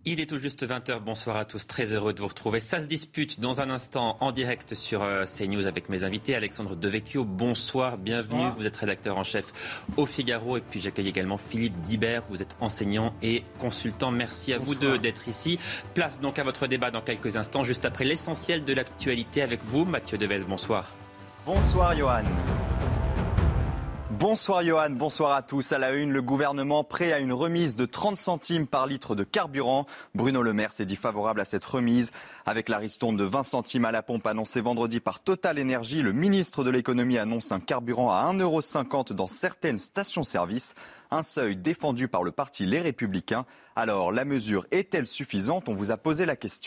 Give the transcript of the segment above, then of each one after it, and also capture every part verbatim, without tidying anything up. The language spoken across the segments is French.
Il est tout juste vingt heures, bonsoir à tous, très heureux de vous retrouver. Ça se dispute dans un instant en direct sur CNews avec mes invités. Alexandre Devecchio, bonsoir, bienvenue. Bonsoir. Vous êtes rédacteur en chef au Figaro et puis j'accueille également Philippe Guibert. Vous êtes enseignant et consultant. Merci à bonsoir. Vous deux d'être ici. Place donc à votre débat dans quelques instants, juste après l'essentiel de l'actualité avec vous. Mathieu Devez, bonsoir. Bonsoir Johan. Bonsoir Johan, bonsoir à tous. À la une, le gouvernement prêt à une remise de trente centimes par litre de carburant. Bruno Le Maire s'est dit favorable à cette remise. Avec la ristourne de vingt centimes à la pompe annoncée vendredi par Total Énergie, le ministre de l'économie annonce un carburant à un euro cinquante dans certaines stations-service. Un seuil défendu par le parti Les Républicains. Alors, la mesure est-elle suffisante ? On vous a posé la question.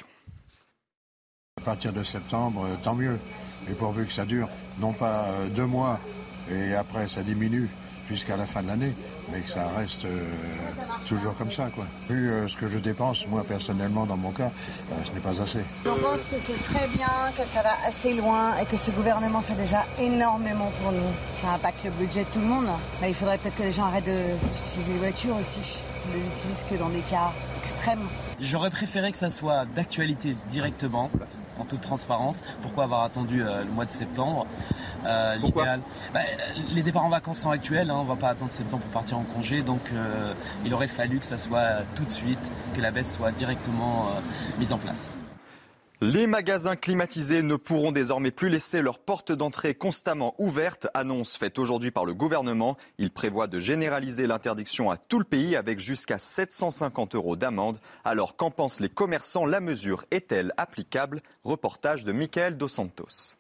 À partir de septembre, tant mieux. Et pourvu que ça dure, non pas deux mois, et après ça diminue jusqu'à la fin de l'année, mais que ça reste euh, toujours comme ça, quoi. Vu euh, ce que je dépense, moi personnellement dans mon cas, euh, ce n'est pas assez. Je pense que c'est très bien, que ça va assez loin et que ce gouvernement fait déjà énormément pour nous. Ça impacte le budget de tout le monde. Mais il faudrait peut-être que les gens arrêtent d'utiliser les voitures aussi. Ils ne l'utilisent que dans des cas extrêmes. J'aurais préféré que ça soit d'actualité directement, en toute transparence. Pourquoi avoir attendu euh, le mois de septembre euh, L'idéal, bah, les départs en vacances sont actuels, hein, on ne va pas attendre septembre pour partir en congé, donc euh, il aurait fallu que ça soit tout de suite, que la baisse soit directement euh, mise en place. Les magasins climatisés ne pourront désormais plus laisser leurs portes d'entrée constamment ouvertes. Annonce faite aujourd'hui par le gouvernement. Il prévoit de généraliser l'interdiction à tout le pays avec jusqu'à sept cent cinquante euros d'amende. Alors qu'en pensent les commerçants ? La mesure est-elle applicable ? Reportage de Michael Dos Santos.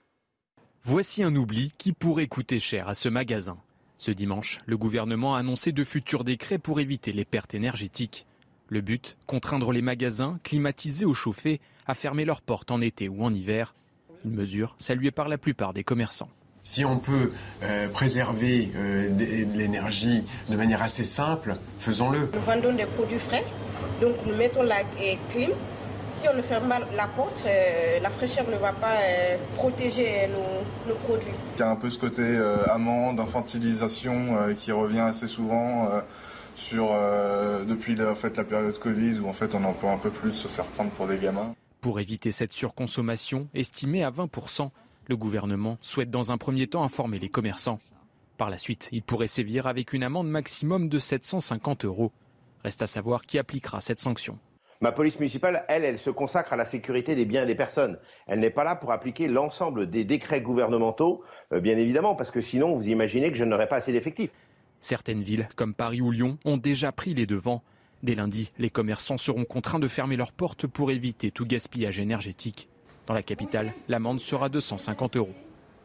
Voici un oubli qui pourrait coûter cher à ce magasin. Ce dimanche, le gouvernement a annoncé de futurs décrets pour éviter les pertes énergétiques. Le but, contraindre les magasins, climatisés ou chauffés, à fermer leurs portes en été ou en hiver. Une mesure saluée par la plupart des commerçants. Si on peut euh, préserver euh, de l'énergie de manière assez simple, faisons-le. Nous vendons des produits frais, donc nous mettons la clim. Si on ne ferme pas la porte, euh, la fraîcheur ne va pas euh, protéger nos, nos produits. Il y a un peu ce côté euh, amende, infantilisation euh, qui revient assez souvent. Euh, Sur, euh, depuis la, en fait, la période Covid où en fait, on en peut un peu plus de se faire prendre pour des gamins. Pour éviter cette surconsommation, estimée à vingt pour cent, le gouvernement souhaite dans un premier temps informer les commerçants. Par la suite, il pourrait sévir avec une amende maximum de sept cent cinquante euros. Reste à savoir qui appliquera cette sanction. Ma police municipale, elle, elle se consacre à la sécurité des biens et des personnes. Elle n'est pas là pour appliquer l'ensemble des décrets gouvernementaux, euh, bien évidemment, parce que sinon, vous imaginez que je n'aurais pas assez d'effectifs. Certaines villes, comme Paris ou Lyon, ont déjà pris les devants. Dès lundi, les commerçants seront contraints de fermer leurs portes pour éviter tout gaspillage énergétique. Dans la capitale, l'amende sera de cent cinquante euros.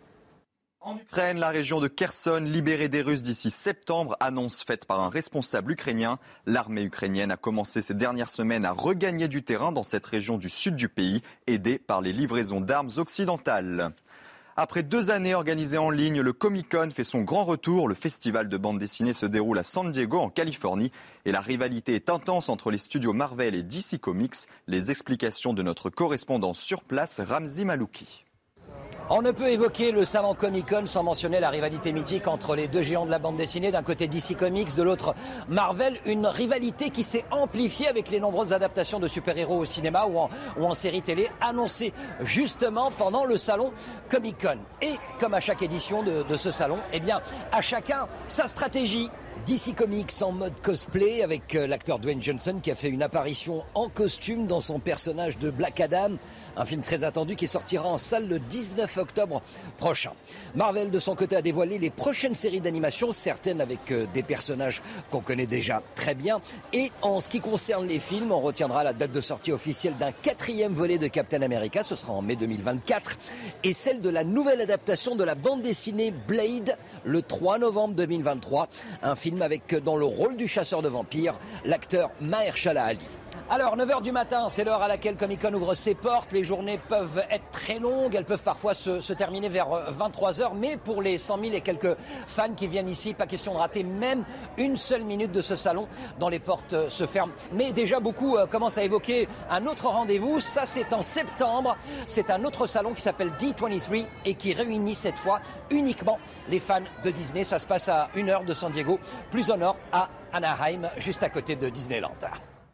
En Ukraine, la région de Kherson, libérée des Russes d'ici septembre, annonce faite par un responsable ukrainien. L'armée ukrainienne a commencé ces dernières semaines à regagner du terrain dans cette région du sud du pays, aidée par les livraisons d'armes occidentales. Après deux années organisées en ligne, le Comic-Con fait son grand retour. Le festival de bande dessinée se déroule à San Diego, en Californie. Et la rivalité est intense entre les studios Marvel et D C Comics. Les explications de notre correspondant sur place, Ramzi Malouki. On ne peut évoquer le salon Comic-Con sans mentionner la rivalité mythique entre les deux géants de la bande dessinée, d'un côté D C Comics, de l'autre Marvel, une rivalité qui s'est amplifiée avec les nombreuses adaptations de super-héros au cinéma ou en, ou en série télé annoncées justement pendant le salon Comic-Con. Et comme à chaque édition de, de ce salon, eh bien, à chacun sa stratégie. D C Comics en mode cosplay avec l'acteur Dwayne Johnson qui a fait une apparition en costume dans son personnage de Black Adam. Un film très attendu qui sortira en salle le dix-neuf octobre prochain. Marvel, de son côté, a dévoilé les prochaines séries d'animation, certaines avec des personnages qu'on connaît déjà très bien. Et en ce qui concerne les films, on retiendra la date de sortie officielle d'un quatrième volet de Captain America, ce sera en mai deux mille vingt-quatre, et celle de la nouvelle adaptation de la bande dessinée Blade, le trois novembre deux mille vingt-trois. Un film avec, dans le rôle du chasseur de vampires, l'acteur Mahershala Ali. Alors, neuf heures du matin, c'est l'heure à laquelle Comic-Con ouvre ses portes. Les journées peuvent être très longues, elles peuvent parfois se, se terminer vers vingt-trois heures. Mais pour les cent mille et quelques fans qui viennent ici, pas question de rater même une seule minute de ce salon dont les portes se ferment. Mais déjà, beaucoup commencent à évoquer un autre rendez-vous. Ça, c'est en septembre. C'est un autre salon qui s'appelle D vingt-trois et qui réunit cette fois uniquement les fans de Disney. Ça se passe à une heure de San Diego, plus au nord, à Anaheim, juste à côté de Disneyland.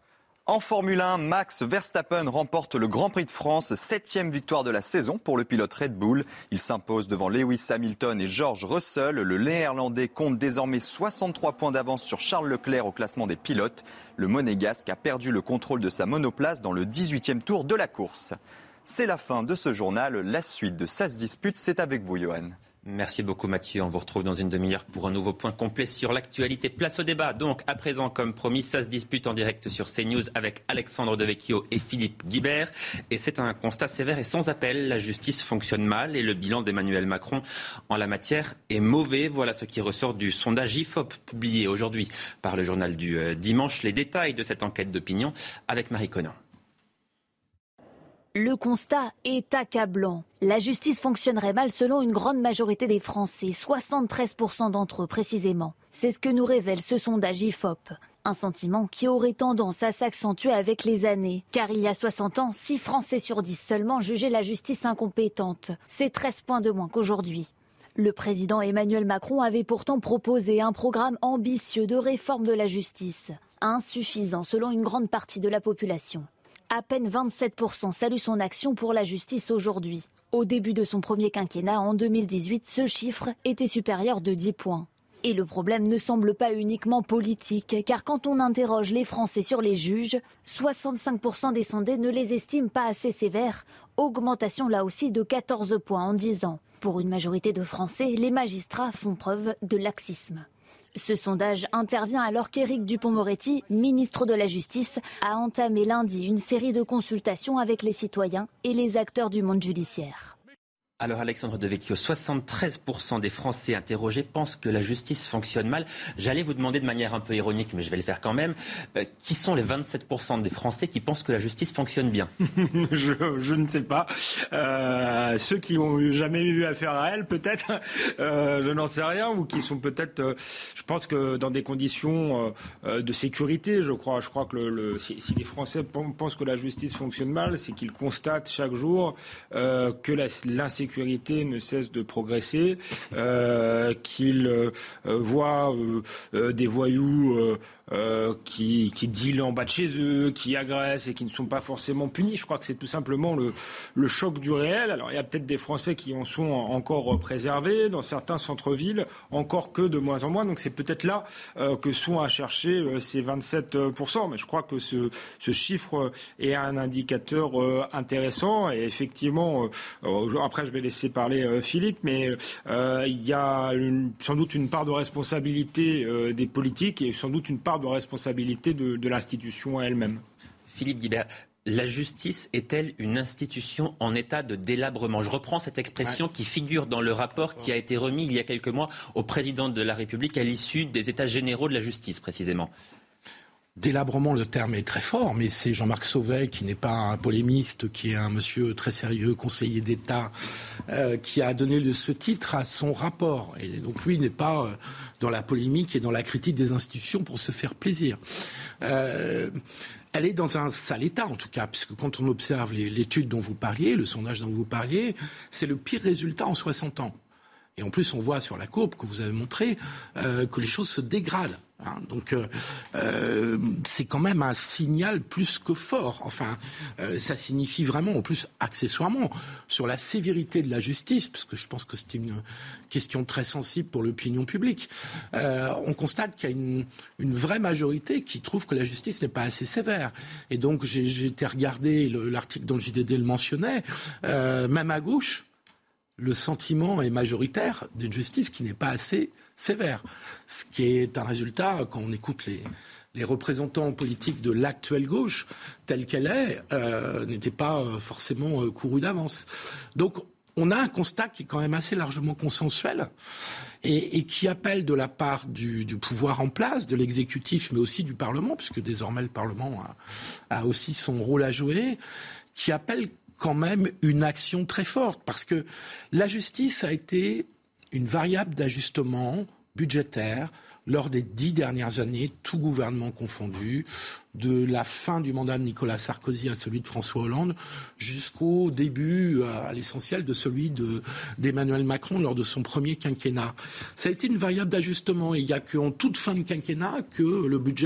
En Formule un, Max Verstappen remporte le Grand Prix de France, septième victoire de la saison pour le pilote Red Bull. Il s'impose devant Lewis Hamilton et George Russell. Le Néerlandais compte désormais soixante-trois points d'avance sur Charles Leclerc au classement des pilotes. Le Monégasque a perdu le contrôle de sa monoplace dans le dix-huitième tour de la course. C'est la fin de ce journal. La suite de Ça se dispute, c'est avec vous, Johan. Merci beaucoup Mathieu, on vous retrouve dans une demi-heure pour un nouveau point complet sur l'actualité. Place au débat, donc à présent comme promis, ça se dispute en direct sur CNews avec Alexandre Devecchio et Philippe Guibert. Et c'est un constat sévère et sans appel, la justice fonctionne mal et le bilan d'Emmanuel Macron en la matière est mauvais. Voilà ce qui ressort du sondage I F O P publié aujourd'hui par le journal du dimanche. Les détails de cette enquête d'opinion avec Marie Conan. Le constat est accablant. La justice fonctionnerait mal selon une grande majorité des Français, soixante-treize pour cent d'entre eux précisément. C'est ce que nous révèle ce sondage I F O P. Un sentiment qui aurait tendance à s'accentuer avec les années. Car il y a soixante ans, six Français sur dix seulement jugeaient la justice incompétente. C'est treize points de moins qu'aujourd'hui. Le président Emmanuel Macron avait pourtant proposé un programme ambitieux de réforme de la justice. Insuffisant selon une grande partie de la population. À peine vingt-sept pour cent saluent son action pour la justice aujourd'hui. Au début de son premier quinquennat, en deux mille dix-huit, ce chiffre était supérieur de dix points. Et le problème ne semble pas uniquement politique, car quand on interroge les Français sur les juges, soixante-cinq pour cent des sondés ne les estiment pas assez sévères, augmentation là aussi de quatorze points en dix ans. Pour une majorité de Français, les magistrats font preuve de laxisme. Ce sondage intervient alors qu'Éric Dupond-Moretti, ministre de la Justice, a entamé lundi une série de consultations avec les citoyens et les acteurs du monde judiciaire. Alors Alexandre Devecchio, soixante-treize pour cent des Français interrogés pensent que la justice fonctionne mal. J'allais vous demander de manière un peu ironique, mais je vais le faire quand même, euh, qui sont les vingt-sept pour cent des Français qui pensent que la justice fonctionne bien? je, je ne sais pas. Euh, ceux qui n'ont jamais eu affaire à elle, peut-être, euh, je n'en sais rien, ou qui sont peut-être, euh, je pense que dans des conditions euh, de sécurité, je crois. Je crois que le, le, si, si les Français pensent que la justice fonctionne mal, c'est qu'ils constatent chaque jour euh, que la, l'insécurité sécurité ne cesse de progresser, euh, qu'ils euh, voient euh, euh, des voyous euh, euh, qui, qui dealent en bas de chez eux, qui agressent et qui ne sont pas forcément punis. Je crois que c'est tout simplement le, le choc du réel. Alors il y a peut-être des Français qui en sont encore préservés, dans certains centres-villes, encore que de moins en moins. Donc c'est peut-être là euh, que sont à chercher euh, ces vingt-sept pour cent. Mais je crois que ce, ce chiffre est un indicateur euh, intéressant. Et effectivement, euh, après je vais laisser parler euh, Philippe, mais euh, il y a une, sans doute une part de responsabilité euh, des politiques et sans doute une part de responsabilité de, de l'institution elle-même. Philippe Guibert, la justice est-elle une institution en état de délabrement? Je reprends cette expression ouais. qui figure dans le rapport qui a été remis il y a quelques mois au président de la République à l'issue des états généraux de la justice, précisément. Délabrement, le terme est très fort, mais c'est Jean-Marc Sauvé, qui n'est pas un polémiste, qui est un monsieur très sérieux, conseiller d'État, euh, qui a donné le, ce titre à son rapport. Et donc lui n'est pas euh, dans la polémique et dans la critique des institutions pour se faire plaisir. Euh, elle est dans un sale état, en tout cas, puisque quand on observe les, l'étude dont vous parliez, le sondage dont vous parliez, c'est le pire résultat en soixante ans. Et en plus, on voit sur la courbe que vous avez montrée euh, que les choses se dégradent. Hein, donc euh, euh, c'est quand même un signal plus que fort. Enfin, euh, ça signifie vraiment, en plus accessoirement, sur la sévérité de la justice, parce que je pense que c'est une question très sensible pour l'opinion publique. Euh, on constate qu'il y a une, une vraie majorité qui trouve que la justice n'est pas assez sévère. Et donc j'ai, j'ai été regarder le, l'article dont le J D D le mentionnait, euh, même à gauche. Le sentiment est majoritaire d'une justice qui n'est pas assez sévère. Ce qui est un résultat, quand on écoute les, les représentants politiques de l'actuelle gauche, telle qu'elle est, euh, n'était pas forcément euh, couru d'avance. Donc, on a un constat qui est quand même assez largement consensuel et, et qui appelle de la part du, du pouvoir en place, de l'exécutif, mais aussi du Parlement, puisque désormais le Parlement a, a aussi son rôle à jouer, qui appelle quand même une action très forte, parce que la justice a été une variable d'ajustement budgétaire lors des dix dernières années, tout gouvernement confondu, de la fin du mandat de Nicolas Sarkozy à celui de François Hollande, jusqu'au début, à l'essentiel, de celui de, d'Emmanuel Macron lors de son premier quinquennat. Ça a été une variable d'ajustement, et il n'y a qu'en toute fin de quinquennat que le budget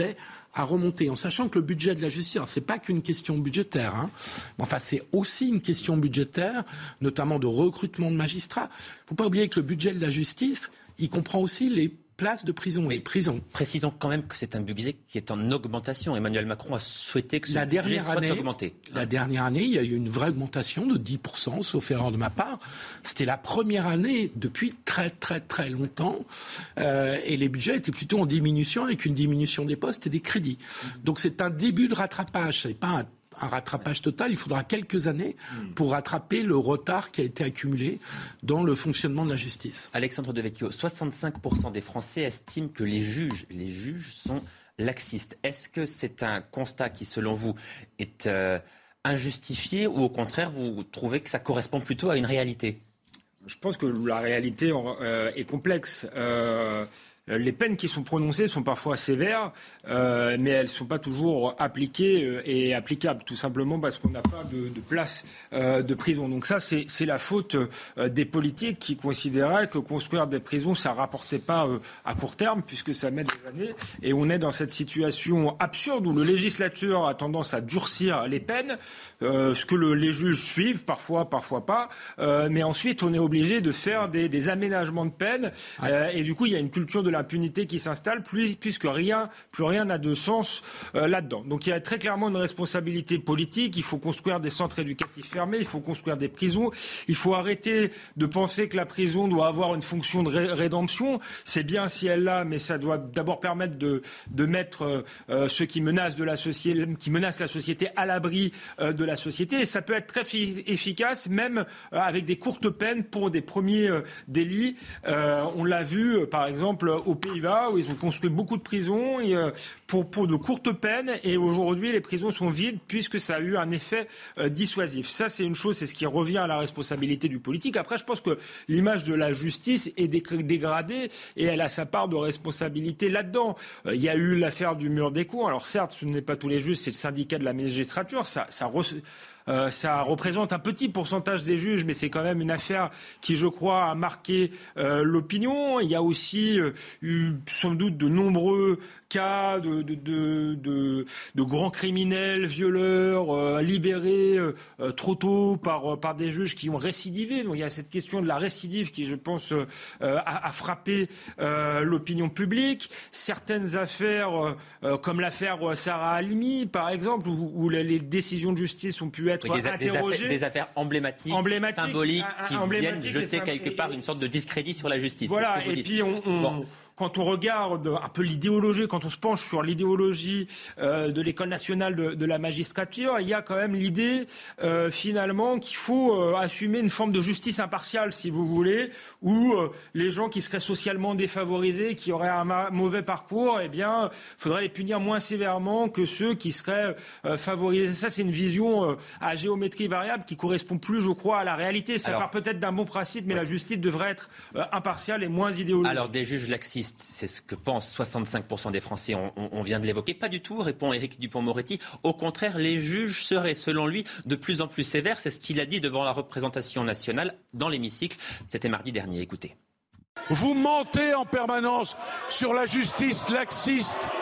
à remonter, en sachant que le budget de la justice, c'est pas qu'une question budgétaire, hein. Enfin, c'est aussi une question budgétaire, notamment de recrutement de magistrats. Il ne faut pas oublier que le budget de la justice, il comprend aussi les places de prison, les prisons. Précisons quand même que c'est un budget qui est en augmentation. Emmanuel Macron a souhaité que ce la budget dernière soit année, augmenté. La dernière année, il y a eu une vraie augmentation de dix pour cent, sauf erreur de ma part. C'était la première année depuis très très très longtemps. Euh, et les budgets étaient plutôt en diminution, avec une diminution des postes et des crédits. Donc c'est un début de rattrapage, c'est pas un un rattrapage total, il faudra quelques années pour rattraper le retard qui a été accumulé dans le fonctionnement de la justice. Alexandre Devecchio, soixante-cinq pour cent des Français estiment que les juges, les juges sont laxistes. Est-ce que c'est un constat qui, selon vous, est euh, injustifié ou au contraire, vous trouvez que ça correspond plutôt à une réalité ? Je pense que la réalité euh, est complexe. Euh, Les peines qui sont prononcées sont parfois sévères, euh, mais elles ne sont pas toujours appliquées et applicables, tout simplement parce qu'on n'a pas de, de place euh, de prison. Donc ça, c'est, c'est la faute euh, des politiques qui considéraient que construire des prisons, ça ne rapportait pas euh, à court terme, puisque ça met des années. Et on est dans cette situation absurde où le législateur a tendance à durcir les peines, euh, ce que le, les juges suivent, parfois, parfois pas. Euh, mais ensuite, on est obligé de faire des, des aménagements de peine. Euh, et du coup, il y a une culture de l'impunité qui s'installe, plus, puisque rien, plus rien n'a de sens euh, là-dedans. Donc il y a très clairement une responsabilité politique. Il faut construire des centres éducatifs fermés, il faut construire des prisons. Il faut arrêter de penser que la prison doit avoir une fonction de ré- rédemption. C'est bien si elle l'a, mais ça doit d'abord permettre de, de mettre euh, ceux qui menacent, de la société, qui menacent la société à l'abri euh, de la société. Et ça peut être très fi- efficace, même euh, avec des courtes peines pour des premiers euh, délits. Euh, on l'a vu, euh, par exemple, aux Pays-Bas, où ils ont construit beaucoup de prisons et, euh, pour, pour de courtes peines. Et aujourd'hui, les prisons sont vides puisque ça a eu un effet euh, dissuasif. Ça, c'est une chose, c'est ce qui revient à la responsabilité du politique. Après, je pense que l'image de la justice est dé- dégradée et elle a sa part de responsabilité là-dedans. Euh, il y a eu l'affaire du mur des cours. Alors certes, ce n'est pas tous les juges, c'est le syndicat de la magistrature. Ça, ça re- Euh, ça représente un petit pourcentage des juges, mais c'est quand même une affaire qui, je crois, a marqué euh, l'opinion. Il y a aussi euh, eu sans doute de nombreux cas de, de, de, de, de grands criminels, violeurs, euh, libérés euh, trop tôt par, par des juges qui ont récidivé. Donc il y a cette question de la récidive qui, je pense, euh, a, a frappé euh, l'opinion publique. Certaines affaires, euh, comme l'affaire Sarah Halimi, par exemple, où, où les, les décisions de justice ont pu être oui, des, a, interrogées. Des affaires, des affaires emblématiques, emblématiques symboliques, qui emblématiques viennent jeter quelque part une sorte de discrédit sur la justice. Voilà, et dites. Puis on... on bon. Quand on regarde un peu l'idéologie, quand on se penche sur l'idéologie euh, de l'École nationale de, de la magistrature, il y a quand même l'idée euh, finalement qu'il faut euh, assumer une forme de justice impartiale, si vous voulez, où euh, les gens qui seraient socialement défavorisés, qui auraient un ma- mauvais parcours, eh bien, faudrait les punir moins sévèrement que ceux qui seraient euh, favorisés. Ça, c'est une vision euh, à géométrie variable qui correspond plus, je crois, à la réalité. Ça Alors, part peut-être d'un bon principe, mais ouais. la justice devrait être euh, impartiale et moins idéologique. Alors, des juges laxistes, c'est ce que pensent soixante-cinq pour cent des Français, on, on, on vient de l'évoquer. Pas du tout, répond Éric Dupond-Moretti. Au contraire, les juges seraient, selon lui, de plus en plus sévères. C'est ce qu'il a dit devant la représentation nationale dans l'hémicycle. C'était mardi dernier. Écoutez. Vous mentez en permanence sur la justice laxiste.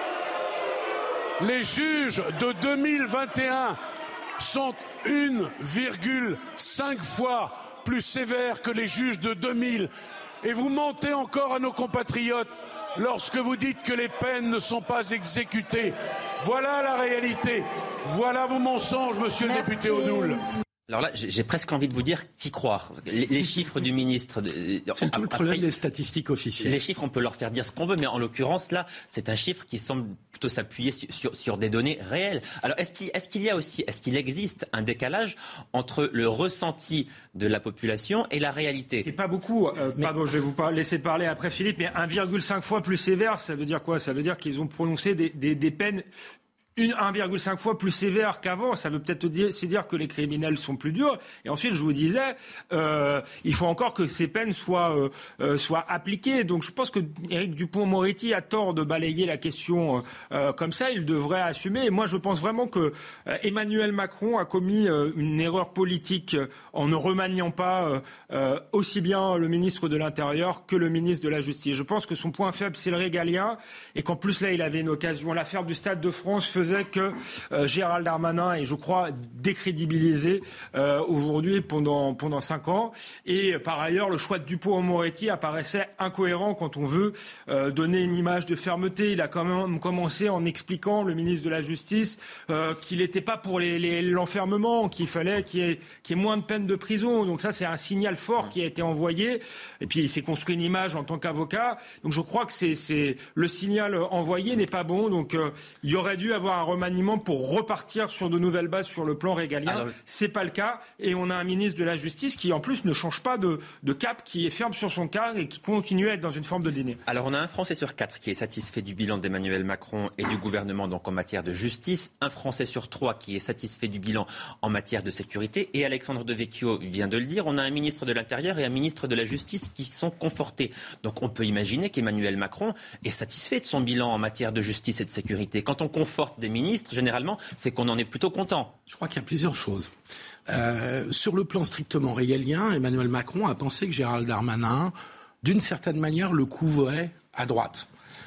Les juges de deux mille vingt et un sont un virgule cinq fois plus sévères que les juges de deux mille. Et vous mentez encore à nos compatriotes lorsque vous dites que les peines ne sont pas exécutées. Voilà la réalité. Voilà vos mensonges, monsieur Merci. le député Odoul. Alors là, j'ai presque envie de vous dire qu'y croire. Les, les chiffres du ministre... C'est on, tout le problème après, des statistiques officielles. Les chiffres, on peut leur faire dire ce qu'on veut, mais en l'occurrence, là, c'est un chiffre qui semble plutôt s'appuyer sur, sur, sur des données réelles. Alors, est-ce qu'il, est-ce qu'il y a aussi, est-ce qu'il existe un décalage entre le ressenti de la population et la réalité ? C'est pas beaucoup. Euh, mais... Pardon, je vais vous laisser parler après Philippe, mais un virgule cinq fois plus sévère, ça veut dire quoi ? Ça veut dire qu'ils ont prononcé des, des, des peines une, un virgule cinq fois plus sévère qu'avant. Ça veut peut-être dire, c'est dire que les criminels sont plus durs. Et ensuite, je vous disais, euh, il faut encore que ces peines soient, euh, euh, soient appliquées. Donc je pense que Éric Dupond-Moretti a tort de balayer la question euh, comme ça. Il devrait assumer. Et moi, je pense vraiment que euh, Emmanuel Macron a commis euh, une erreur politique euh, en ne remaniant pas euh, euh, aussi bien le ministre de l'Intérieur que le ministre de la Justice. Je pense que son point faible, c'est le régalien. Et qu'en plus, là, il avait une occasion. L'affaire du Stade de France faisait que euh, Gérald Darmanin est, je crois, décrédibilisé euh, aujourd'hui pendant, pendant cinq ans. Et euh, par ailleurs, le choix de Dupond-Moretti apparaissait incohérent quand on veut euh, donner une image de fermeté. Il a quand même commencé en expliquant, le ministre de la Justice, euh, qu'il n'était pas pour les, les, l'enfermement, qu'il fallait qu'il y ait, qu'il y ait moins de peine de prison. Donc ça, c'est un signal fort qui a été envoyé. Et puis, il s'est construit une image en tant qu'avocat. Donc je crois que c'est, c'est le signal envoyé n'est pas bon. Donc euh, il y aurait dû avoir un remaniement pour repartir sur de nouvelles bases sur le plan régalien. Alors, c'est pas le cas. Et on a un ministre de la Justice qui, en plus, ne change pas de, de cap, qui est ferme sur son cas et qui continue à être dans une forme de dîner. Alors on a un Français sur quatre qui est satisfait du bilan d'Emmanuel Macron et du gouvernement donc en matière de justice. Un Français sur trois qui est satisfait du bilan en matière de sécurité. Et Alexandre Devecchio vient de le dire, on a un ministre de l'Intérieur et un ministre de la Justice qui sont confortés. Donc on peut imaginer qu'Emmanuel Macron est satisfait de son bilan en matière de justice et de sécurité. Quand on conforte des ministres, généralement, c'est qu'on en est plutôt content. Je crois qu'il y a plusieurs choses. Euh, sur le plan strictement régalien, Emmanuel Macron a pensé que Gérald Darmanin, d'une certaine manière, le couvrait à droite.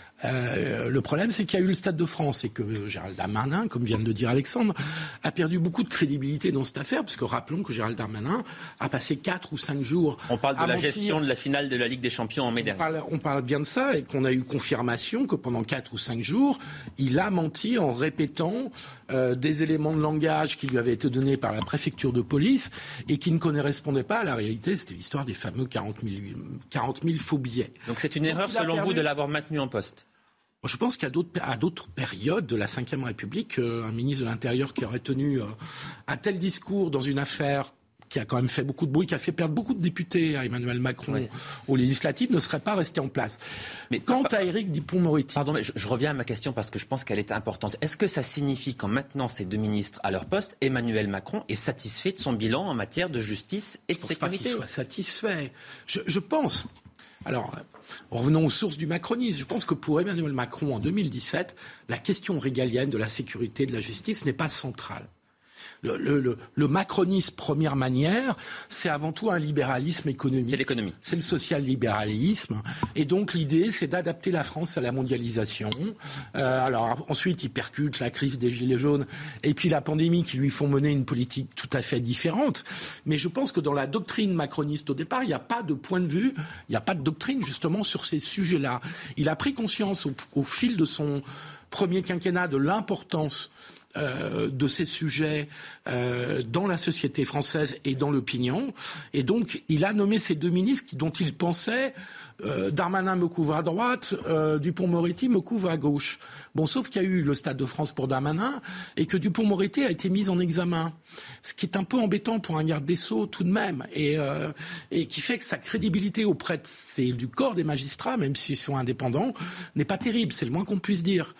Euh, le problème, c'est qu'il y a eu le Stade de France et que Gérald Darmanin, comme vient de le dire Alexandre, a perdu beaucoup de crédibilité dans cette affaire, parce que rappelons que Gérald Darmanin a passé quatre ou cinq jours. On parle de la mentir. gestion de la finale de la Ligue des Champions en mai dernier. On parle, on parle bien de ça et qu'on a eu confirmation que pendant quatre ou cinq jours, il a menti en répétant euh, des éléments de langage qui lui avaient été donnés par la préfecture de police et qui ne correspondaient pas à la réalité. C'était l'histoire des fameux quarante mille faux billets. Donc c'est une erreur, selon perdu... vous, de l'avoir maintenu en poste? Je pense qu'à d'autres, à d'autres périodes de la cinquième République, euh, un ministre de l'Intérieur qui aurait tenu euh, un tel discours dans une affaire qui a quand même fait beaucoup de bruit, qui a fait perdre beaucoup de députés à Emmanuel Macron oui. aux législatives, ne serait pas resté en place. Mais quant à Éric Dupond-Moretti... Pardon, mais je, je reviens à ma question parce que je pense qu'elle est importante. Est-ce que ça signifie qu'en maintenant ces deux ministres à leur poste, Emmanuel Macron est satisfait de son bilan en matière de justice et je de sécurité? Je ne pense pas qu'il soit satisfait. Je, je pense... Alors, revenons aux sources du macronisme. Je pense que pour Emmanuel Macron, en deux mille dix-sept, la question régalienne de la sécurité et de la justice n'est pas centrale. Le, le, le, le macronisme, première manière, c'est avant tout un libéralisme économique. C'est l'économie. C'est le social-libéralisme. Et donc, l'idée, c'est d'adapter la France à la mondialisation. Euh, alors, ensuite, il percute la crise des Gilets jaunes et puis la pandémie qui lui font mener une politique tout à fait différente. Mais je pense que dans la doctrine macroniste, au départ, il n'y a pas de point de vue, il n'y a pas de doctrine, justement, sur ces sujets-là. Il a pris conscience au, au fil de son premier quinquennat de l'importance Euh, de ces sujets euh, dans la société française et dans l'opinion. Et donc, il a nommé ces deux ministres dont il pensait euh, Darmanin me couvre à droite, euh, Dupond-Moretti me couvre à gauche. Bon, sauf qu'il y a eu le Stade de France pour Darmanin et que Dupond-Moretti a été mis en examen. Ce qui est un peu embêtant pour un garde des Sceaux tout de même et, euh, et qui fait que sa crédibilité auprès de ces, du corps des magistrats, même s'ils sont indépendants, n'est pas terrible. C'est le moins qu'on puisse dire.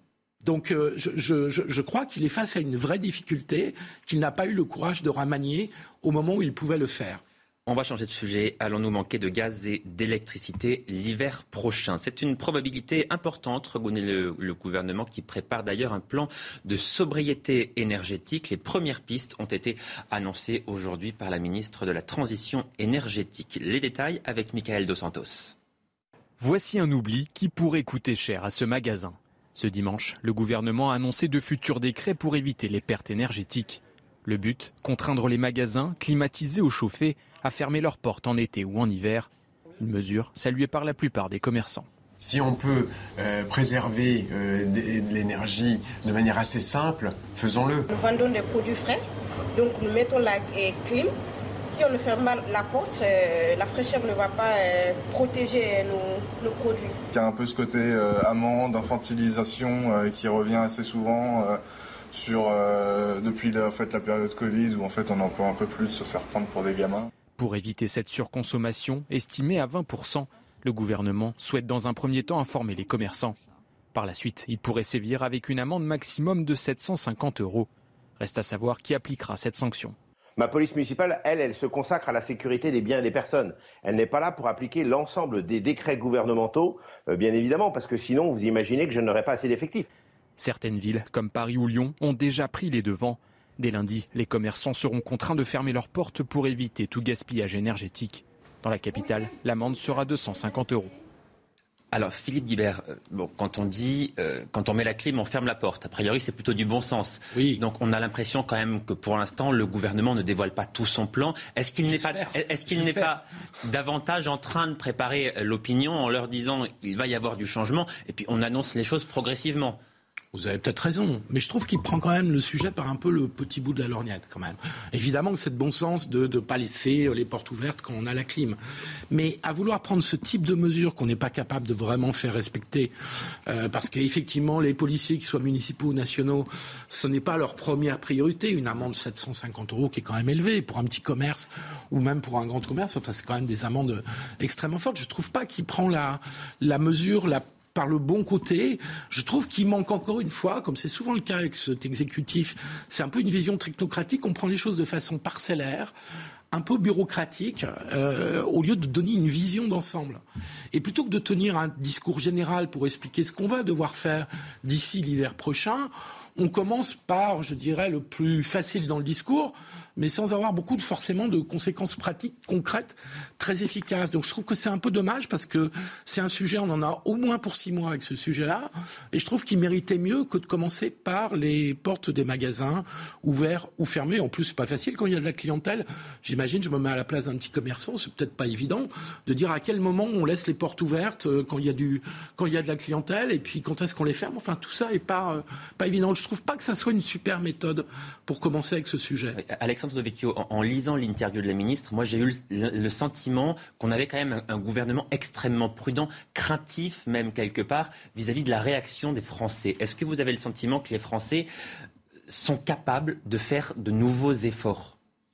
Donc euh, je, je, je crois qu'il est face à une vraie difficulté, qu'il n'a pas eu le courage de remanier au moment où il pouvait le faire. On va changer de sujet. Allons-nous manquer de gaz et d'électricité l'hiver prochain? C'est une probabilité importante, reconnaît le, le gouvernement qui prépare d'ailleurs un plan de sobriété énergétique. Les premières pistes ont été annoncées aujourd'hui par la ministre de la Transition énergétique. Les détails avec Michael Dos Santos. Voici un oubli qui pourrait coûter cher à ce magasin. Ce dimanche, le gouvernement a annoncé de futurs décrets pour éviter les pertes énergétiques. Le but, contraindre les magasins, climatisés ou chauffés, à fermer leurs portes en été ou en hiver. Une mesure saluée par la plupart des commerçants. Si on peut euh, préserver euh, de l'énergie de manière assez simple, faisons-le. Nous vendons des produits frais, donc nous mettons la euh, clim. Si on ne ferme pas la porte, euh, la fraîcheur ne va pas euh, protéger nos, nos produits. Il y a un peu ce côté euh, amende, infantilisation euh, qui revient assez souvent euh, sur, euh, depuis la, en fait, la période Covid où en fait, on en peut un peu plus se faire prendre pour des gamins. Pour éviter cette surconsommation, estimée à vingt pour cent, le gouvernement souhaite dans un premier temps informer les commerçants. Par la suite, il pourrait sévir avec une amende maximum de sept cent cinquante euros. Reste à savoir qui appliquera cette sanction. Ma police municipale, elle, elle se consacre à la sécurité des biens et des personnes. Elle n'est pas là pour appliquer l'ensemble des décrets gouvernementaux, euh, bien évidemment, parce que sinon, vous imaginez que je n'aurais pas assez d'effectifs. Certaines villes, comme Paris ou Lyon, ont déjà pris les devants. Dès lundi, les commerçants seront contraints de fermer leurs portes pour éviter tout gaspillage énergétique. Dans la capitale, l'amende sera de cent cinquante euros. Alors Philippe Guibert, euh, bon, quand on dit, euh, quand on met la clim, on ferme la porte. A priori, c'est plutôt du bon sens. Oui. Donc on a l'impression quand même que pour l'instant, le gouvernement ne dévoile pas tout son plan. Est-ce qu'il n'est pas, est-ce qu'il n'est pas davantage en train de préparer l'opinion en leur disant il va y avoir du changement et puis on annonce les choses progressivement? Vous avez peut-être raison, mais je trouve qu'il prend quand même le sujet par un peu le petit bout de la lorgnette quand même. Évidemment que c'est de bon sens de ne pas laisser les portes ouvertes quand on a la clim. Mais à vouloir prendre ce type de mesures qu'on n'est pas capable de vraiment faire respecter, euh, parce qu'effectivement les policiers, qu'ils soient municipaux ou nationaux, ce n'est pas leur première priorité. Une amende de sept cent cinquante euros qui est quand même élevée pour un petit commerce ou même pour un grand commerce, enfin c'est quand même des amendes extrêmement fortes. Je ne trouve pas qu'il prend la, la mesure la par le bon côté. Je trouve qu'il manque encore une fois, comme c'est souvent le cas avec cet exécutif, c'est un peu une vision technocratique, on prend les choses de façon parcellaire, un peu bureaucratique, euh, au lieu de donner une vision d'ensemble. Et plutôt que de tenir un discours général pour expliquer ce qu'on va devoir faire d'ici l'hiver prochain, on commence par, je dirais, le plus facile dans le discours, mais sans avoir beaucoup de, forcément de conséquences pratiques, concrètes, très efficaces. Donc je trouve que c'est un peu dommage parce que c'est un sujet, on en a au moins pour six mois avec ce sujet-là, et je trouve qu'il méritait mieux que de commencer par les portes des magasins, ouverts ou fermés. En plus, c'est pas facile quand il y a de la clientèle. J'imagine, je me mets à la place d'un petit commerçant, c'est peut-être pas évident de dire à quel moment on laisse les portes ouvertes quand il y a du, quand il y a de la clientèle, et puis quand est-ce qu'on les ferme. Enfin, tout ça est pas, euh, pas évident. Je trouve pas que ça soit une super méthode pour commencer avec ce sujet. Alexandre Devecchio, en, en lisant l'interview de la ministre, moi j'ai eu le, le sentiment qu'on avait quand même un, un gouvernement extrêmement prudent, craintif même quelque part, vis-à-vis de la réaction des Français. Est-ce que vous avez le sentiment que les Français sont capables de faire de nouveaux efforts ?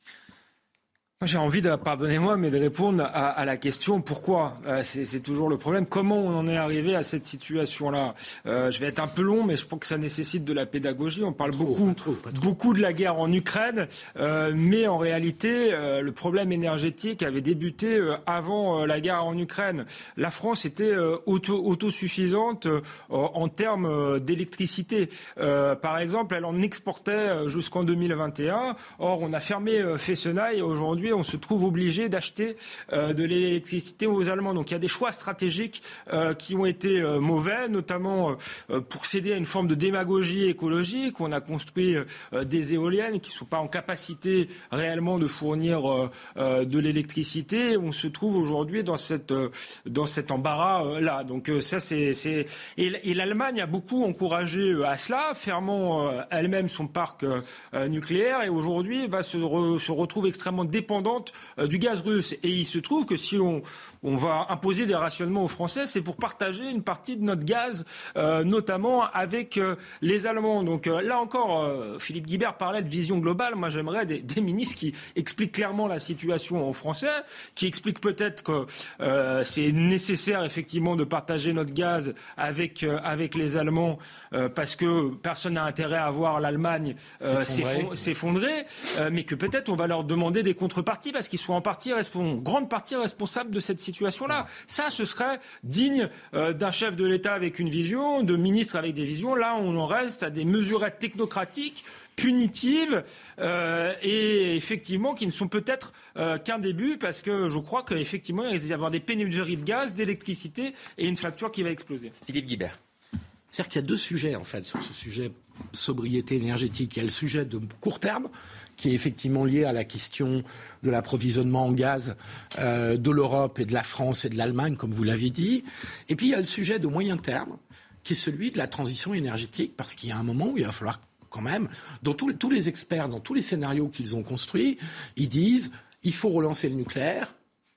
Moi, j'ai envie, de, pardonnez-moi, mais de répondre à, à la question pourquoi. Euh, c'est, c'est toujours le problème. Comment on en est arrivé à cette situation-là ? euh, Je vais être un peu long, mais je pense que ça nécessite de la pédagogie. On parle trop, beaucoup, trop, trop. beaucoup de la guerre en Ukraine, euh, mais en réalité, euh, le problème énergétique avait débuté euh, avant euh, la guerre en Ukraine. La France était euh, auto, autosuffisante euh, en termes euh, d'électricité. Euh, par exemple, elle en exportait jusqu'en deux mille vingt et un. Or, on a fermé euh, Fessenheim et aujourd'hui, on se trouve obligé d'acheter euh, de l'électricité aux Allemands. Donc il y a des choix stratégiques euh, qui ont été euh, mauvais, notamment euh, pour céder à une forme de démagogie écologique. On a construit euh, des éoliennes qui ne sont pas en capacité réellement de fournir euh, euh, de l'électricité. On se trouve aujourd'hui dans, cette, euh, dans cet embarras-là. Euh, Donc euh, ça, c'est... c'est... Et, et l'Allemagne a beaucoup encouragé euh, à cela, fermant euh, elle-même son parc euh, nucléaire, et aujourd'hui va se, re, se retrouve extrêmement dépendante du gaz russe. Et il se trouve que si on, on va imposer des rationnements aux Français, c'est pour partager une partie de notre gaz, euh, notamment avec euh, les Allemands. Donc euh, là encore, euh, Philippe Guibert parlait de vision globale. Moi, j'aimerais des, des ministres qui expliquent clairement la situation aux Français, qui expliquent peut-être que euh, c'est nécessaire effectivement de partager notre gaz avec, euh, avec les Allemands, euh, parce que personne n'a intérêt à voir l'Allemagne euh, s'effondrer, s'effondrer euh, mais que peut-être on va leur demander des contreparties parce qu'ils sont en partie, en grande partie responsables de cette situation-là. Ça, ce serait digne euh, d'un chef de l'État avec une vision, de ministre avec des visions. Là, on en reste à des mesurettes technocratiques, punitives euh, et effectivement qui ne sont peut-être euh, qu'un début, parce que je crois qu'effectivement, il risque d'y avoir des pénuries de gaz, d'électricité et une facture qui va exploser. Philippe Guibert. C'est-à-dire qu'il y a deux sujets, en fait, sur ce sujet sobriété énergétique. Il y a le sujet de court terme, qui est effectivement lié à la question de l'approvisionnement en gaz euh, de l'Europe et de la France et de l'Allemagne, comme vous l'avez dit. Et puis il y a le sujet de moyen terme, qui est celui de la transition énergétique, parce qu'il y a un moment où il va falloir quand même, dans tous, tous les experts, dans tous les scénarios qu'ils ont construits, ils disent il faut relancer le nucléaire,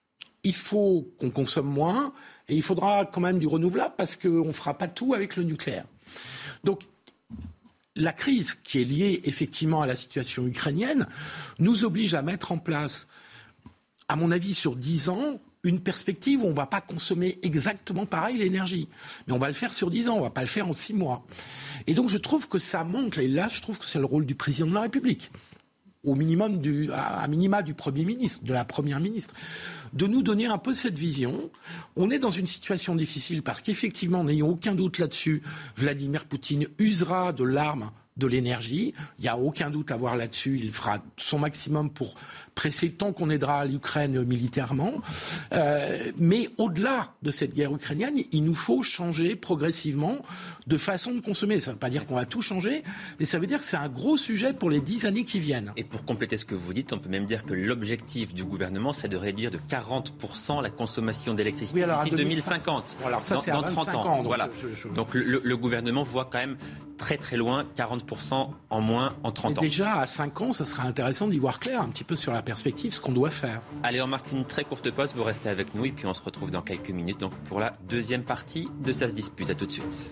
il faut qu'on consomme moins, et il faudra quand même du renouvelable, parce qu'on ne fera pas tout avec le nucléaire. Donc, la crise qui est liée effectivement à la situation ukrainienne nous oblige à mettre en place, à mon avis, sur dix ans, une perspective où on ne va pas consommer exactement pareil l'énergie. Mais on va le faire sur dix ans, on ne va pas le faire en six mois. Et donc je trouve que ça manque, et là je trouve que c'est le rôle du président de la République, au minimum, du, à minima du Premier ministre, de la Première ministre, de nous donner un peu cette vision. On est dans une situation difficile parce qu'effectivement, n'ayons aucun doute là-dessus, Vladimir Poutine usera de l'arme de l'énergie. Il n'y a aucun doute à voir là-dessus. Il fera son maximum pour presser tant qu'on aidera l'Ukraine militairement. Euh, mais au-delà de cette guerre ukrainienne, il nous faut changer progressivement de façon de consommer. Ça ne veut pas dire qu'on va tout changer, mais ça veut dire que c'est un gros sujet pour les dix années qui viennent. Et pour compléter ce que vous dites, on peut même dire que l'objectif du gouvernement, c'est de réduire de quarante pour cent la consommation d'électricité oui, d'ici deux mille cinquante. Alors ça, dans, c'est dans à trente ans. Ans, donc voilà. je, je... donc le, le gouvernement voit quand même très très loin, quarante pour cent en moins en trente ans. Et déjà, à cinq ans, ça sera intéressant d'y voir clair un petit peu sur la perspective, ce qu'on doit faire. Allez, on marque une très courte pause, vous restez avec nous et puis on se retrouve dans quelques minutes donc pour la deuxième partie de Ça se dispute. À tout de suite.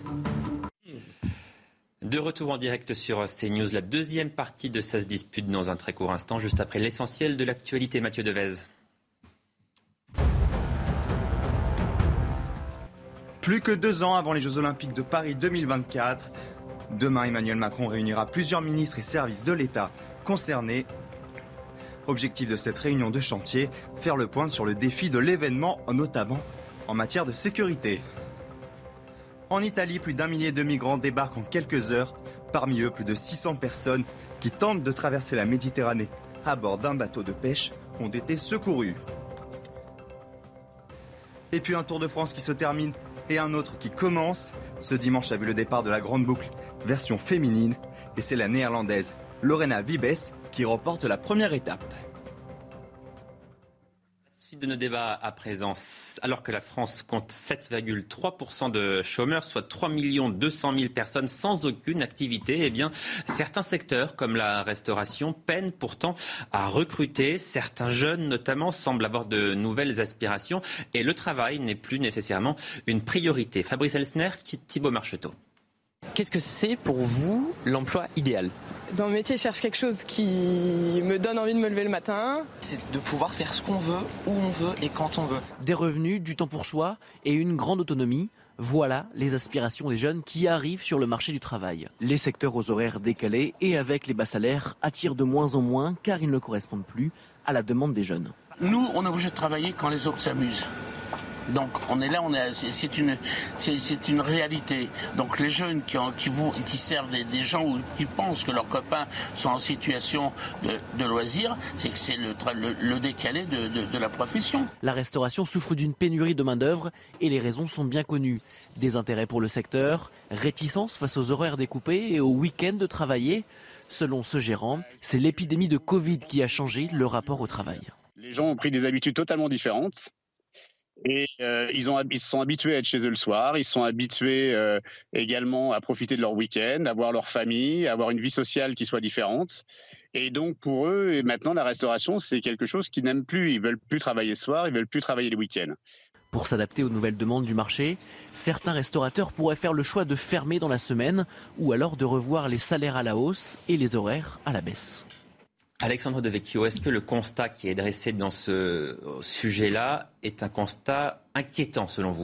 De retour en direct sur CNews, la deuxième partie de Ça se dispute dans un très court instant, juste après l'essentiel de l'actualité. Mathieu Devez. Plus que deux ans avant les Jeux Olympiques de Paris deux mille vingt-quatre, demain Emmanuel Macron réunira plusieurs ministres et services de l'État concernés. Objectif de cette réunion de chantier, faire le point sur le défi de l'événement, notamment en matière de sécurité. En Italie, plus d'un millier de migrants débarquent en quelques heures. Parmi eux, plus de six cents personnes qui tentent de traverser la Méditerranée à bord d'un bateau de pêche ont été secourues. Et puis un Tour de France qui se termine et un autre qui commence. Ce dimanche a vu le départ de la Grande Boucle, version féminine. Et c'est la néerlandaise Lorena Wiebes qui remporte la première étape. Suite de nos débats à présent, alors que la France compte sept virgule trois pour cent de chômeurs, soit trois millions deux cent mille personnes sans aucune activité, eh bien, certains secteurs, comme la restauration, peinent pourtant à recruter. Certains jeunes, notamment, semblent avoir de nouvelles aspirations et le travail n'est plus nécessairement une priorité. Fabrice Elsner, Thibaut Marcheteau. Qu'est-ce que c'est pour vous l'emploi idéal ? Dans mon métier, je cherche quelque chose qui me donne envie de me lever le matin. C'est de pouvoir faire ce qu'on veut, où on veut et quand on veut. Des revenus, du temps pour soi et une grande autonomie. Voilà les aspirations des jeunes qui arrivent sur le marché du travail. Les secteurs aux horaires décalés et avec les bas salaires attirent de moins en moins car ils ne correspondent plus à la demande des jeunes. Nous, on est obligé de travailler quand les autres s'amusent. Donc on est là, on est, c'est, c'est, une, c'est, c'est une réalité. Donc les jeunes qui, ont, qui, vous, qui servent des, des gens ou qui pensent que leurs copains sont en situation de, de loisir, c'est que c'est le, le, le décalé de, de, de la profession. La restauration souffre d'une pénurie de main-d'œuvre et les raisons sont bien connues. Désintérêt pour le secteur, réticence face aux horaires découpés et aux week-ends de travailler. Selon ce gérant, c'est l'épidémie de Covid qui a changé le rapport au travail. Les gens ont pris des habitudes totalement différentes. Et euh, ils, ont, ils se sont habitués à être chez eux le soir, ils se sont habitués euh, également à profiter de leur week-end, à voir leur famille, à avoir une vie sociale qui soit différente. Et donc pour eux, et maintenant la restauration, c'est quelque chose qu'ils n'aiment plus. Ils veulent plus travailler le soir, ils veulent plus travailler les week-ends. Pour s'adapter aux nouvelles demandes du marché, certains restaurateurs pourraient faire le choix de fermer dans la semaine ou alors de revoir les salaires à la hausse et les horaires à la baisse. Alexandre Devecchio, est-ce que le constat qui est dressé dans ce sujet-là est un constat inquiétant selon vous ?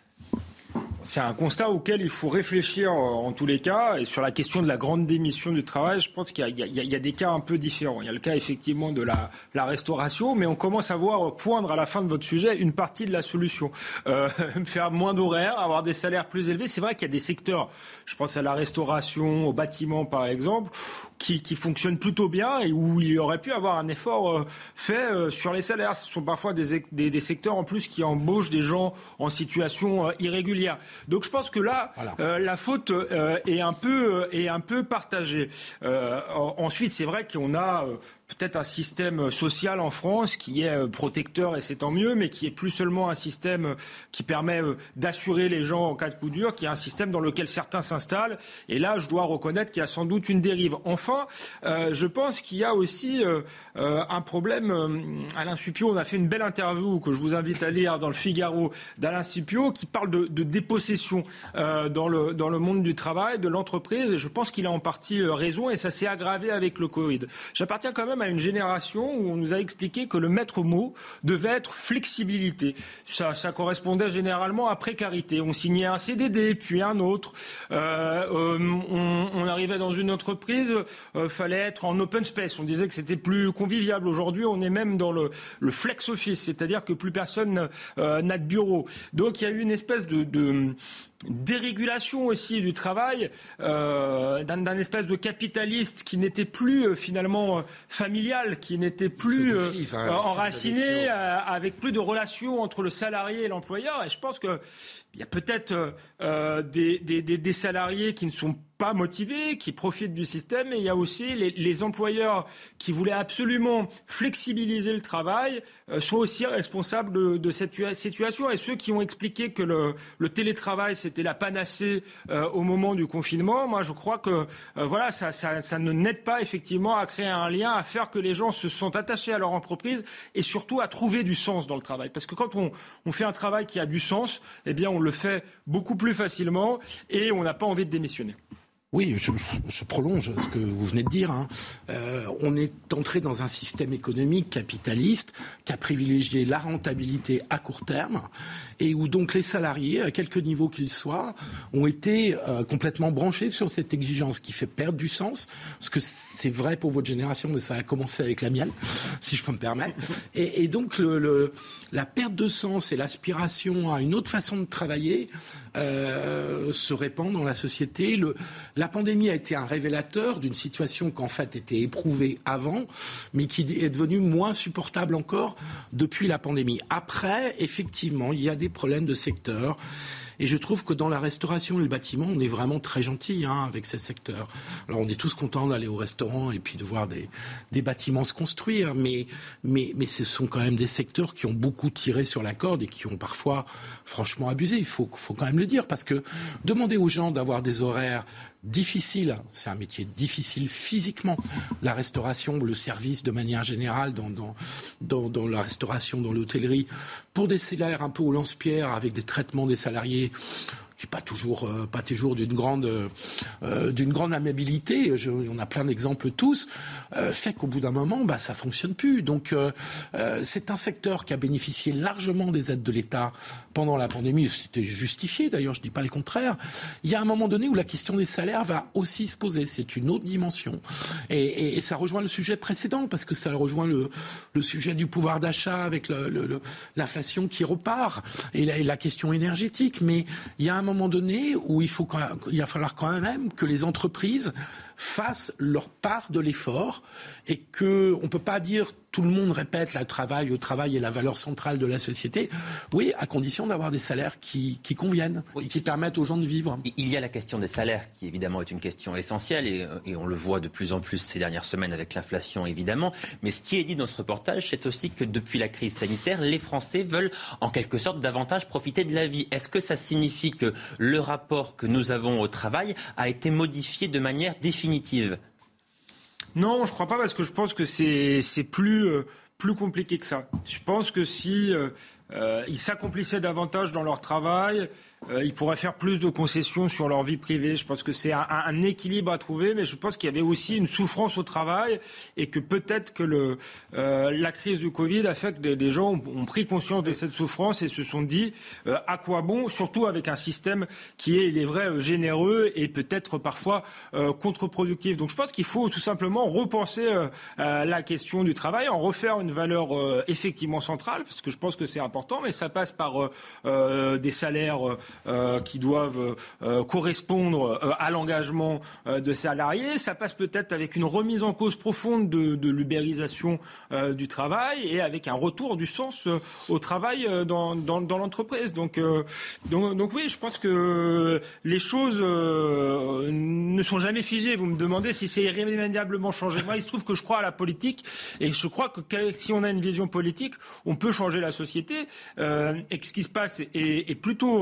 C'est un constat auquel il faut réfléchir en tous les cas. Et sur la question de la grande démission du travail, je pense qu'il y a, il y a, il y a des cas un peu différents. Il y a le cas effectivement de la, la restauration, mais on commence à voir poindre à la fin de votre sujet une partie de la solution. Euh, faire moins d'horaires, avoir des salaires plus élevés. C'est vrai qu'il y a des secteurs, je pense à la restauration, au bâtiment par exemple, qui, qui fonctionnent plutôt bien et où il y aurait pu avoir un effort euh, fait euh, sur les salaires. Ce sont parfois des, des, des secteurs en plus qui embauchent des gens en situation euh, irrégulière. Donc je pense que là, voilà. euh, la faute euh, est un peu euh, est un peu partagée. Euh, ensuite, c'est vrai qu'on a euh, peut-être un système social en France qui est protecteur et c'est tant mieux, mais qui est plus seulement un système qui permet d'assurer les gens en cas de coup dur, qui est un système dans lequel certains s'installent. Et là, je dois reconnaître qu'il y a sans doute une dérive. Enfin, euh, je pense qu'il y a aussi euh, un problème. Euh, Alain Supiot, on a fait une belle interview que je vous invite à lire dans le Figaro d'Alain Supiot qui parle de, de dépossession euh, dans le dans le monde du travail, de l'entreprise. Et je pense qu'il a en partie raison et ça s'est aggravé avec le Covid. J'appartiens quand même même à une génération où on nous a expliqué que le maître mot devait être flexibilité. Ça, ça correspondait généralement à précarité. On signait un C D D, puis un autre. Euh, euh, on, on arrivait dans une entreprise, euh, fallait être en open space. On disait que c'était plus convivial. Aujourd'hui, on est même dans le, le flex office, c'est-à-dire que plus personne euh, n'a de bureau. Donc, il y a eu une espèce de, de dérégulation aussi du travail, euh, d'un, d'un espèce de capitaliste qui n'était plus euh, finalement euh, familial, qui n'était plus euh, hein, euh, enraciné, euh, avec plus de relations entre le salarié et l'employeur. Et je pense que il y a peut-être euh, des, des, des salariés qui ne sont pas motivés, qui profitent du système, et il y a aussi les, les employeurs qui voulaient absolument flexibiliser le travail, euh, sont aussi responsables de, de cette situation. Et ceux qui ont expliqué que le, le télétravail c'était la panacée euh, au moment du confinement, moi je crois que euh, voilà, ça, ça, ça ne n'aide pas effectivement à créer un lien, à faire que les gens se sentent attachés à leur entreprise et surtout à trouver du sens dans le travail. Parce que quand on, on fait un travail qui a du sens, eh bien on le fait beaucoup plus facilement et on n'a pas envie de démissionner. Oui, je, je prolonge ce que vous venez de dire. Hein. Euh, on est entré dans un système économique capitaliste qui a privilégié la rentabilité à court terme et où donc les salariés, à quelque niveau qu'ils soient, ont été euh, complètement branchés sur cette exigence qui fait perdre du sens. Parce que c'est vrai pour votre génération, mais ça a commencé avec la mienne, si je peux me permettre. Et, et donc le, le, la perte de sens et l'aspiration à une autre façon de travailler euh, se répand dans la société. Le, la pandémie a été un révélateur d'une situation qu'en fait était éprouvée avant, mais qui est devenue moins supportable encore depuis la pandémie. Après, effectivement, il y a des problèmes de secteur. Et je trouve que dans la restauration et le bâtiment, on est vraiment très gentil hein, avec ces secteurs. Alors on est tous contents d'aller au restaurant et puis de voir des, des bâtiments se construire, mais, mais, mais ce sont quand même des secteurs qui ont beaucoup tiré sur la corde et qui ont parfois franchement abusé. Il faut, faut quand même le dire, parce que demander aux gens d'avoir des horaires difficile, c'est un métier difficile physiquement. La restauration, le service de manière générale dans, dans, dans, dans la restauration, dans l'hôtellerie, pour des salaires un peu au lance-pierre avec des traitements des salariés qui pas toujours, euh, pas toujours d'une grande, euh, d'une grande amabilité. Je, on a plein d'exemples tous. Euh, fait qu'au bout d'un moment, bah, ça fonctionne plus. Donc, euh, euh, c'est un secteur qui a bénéficié largement des aides de l'État pendant la pandémie. C'était justifié, d'ailleurs, je dis pas le contraire. Il y a un moment donné où la question des salaires va aussi se poser. C'est une autre dimension. Et, et, et ça rejoint le sujet précédent, parce que ça rejoint le, le sujet du pouvoir d'achat avec le, le, le, l'inflation qui repart et la, et la question énergétique. Mais il y a un moment donné où il, faut, il va falloir quand même que les entreprises fassent leur part de l'effort et qu'on ne peut pas dire tout le monde répète le travail, le travail est la valeur centrale de la société. Oui, à condition d'avoir des salaires qui, qui conviennent oui, et qui permettent aux gens de vivre. Il y a la question des salaires qui évidemment est une question essentielle et, et on le voit de plus en plus ces dernières semaines avec l'inflation évidemment. Mais ce qui est dit dans ce reportage, c'est aussi que depuis la crise sanitaire, les Français veulent en quelque sorte davantage profiter de la vie. Est-ce que ça signifie que le rapport que nous avons au travail a été modifié de manière définitive ? Non, je crois pas, parce que je pense que c'est, c'est plus, euh, plus compliqué que ça. Je pense que si euh, euh, ils s'accomplissaient davantage dans leur travail, euh, ils pourraient faire plus de concessions sur leur vie privée. Je pense que c'est un, un équilibre à trouver, mais je pense qu'il y avait aussi une souffrance au travail et que peut-être que le, euh, la crise du Covid a fait que des, des gens ont, ont pris conscience de cette souffrance et se sont dit euh, à quoi bon, surtout avec un système qui est, il est vrai, généreux et peut-être parfois euh, contre-productif. Donc je pense qu'il faut tout simplement repenser euh, euh, la question du travail, en refaire une valeur euh, effectivement centrale, parce que je pense que c'est important, mais ça passe par euh, euh, des salaires euh, Euh, qui doivent euh, correspondre euh, à l'engagement euh, de salariés. Ça passe peut-être avec une remise en cause profonde de, de l'ubérisation euh, du travail et avec un retour du sens euh, au travail euh, dans, dans, dans l'entreprise. Donc, euh, donc, donc oui, je pense que les choses euh, ne sont jamais figées. Vous me demandez si c'est irrémédiablement changé. Moi, il se trouve que je crois à la politique et je crois que si on a une vision politique, on peut changer la société euh, et que ce qui se passe est, est plutôt... Euh,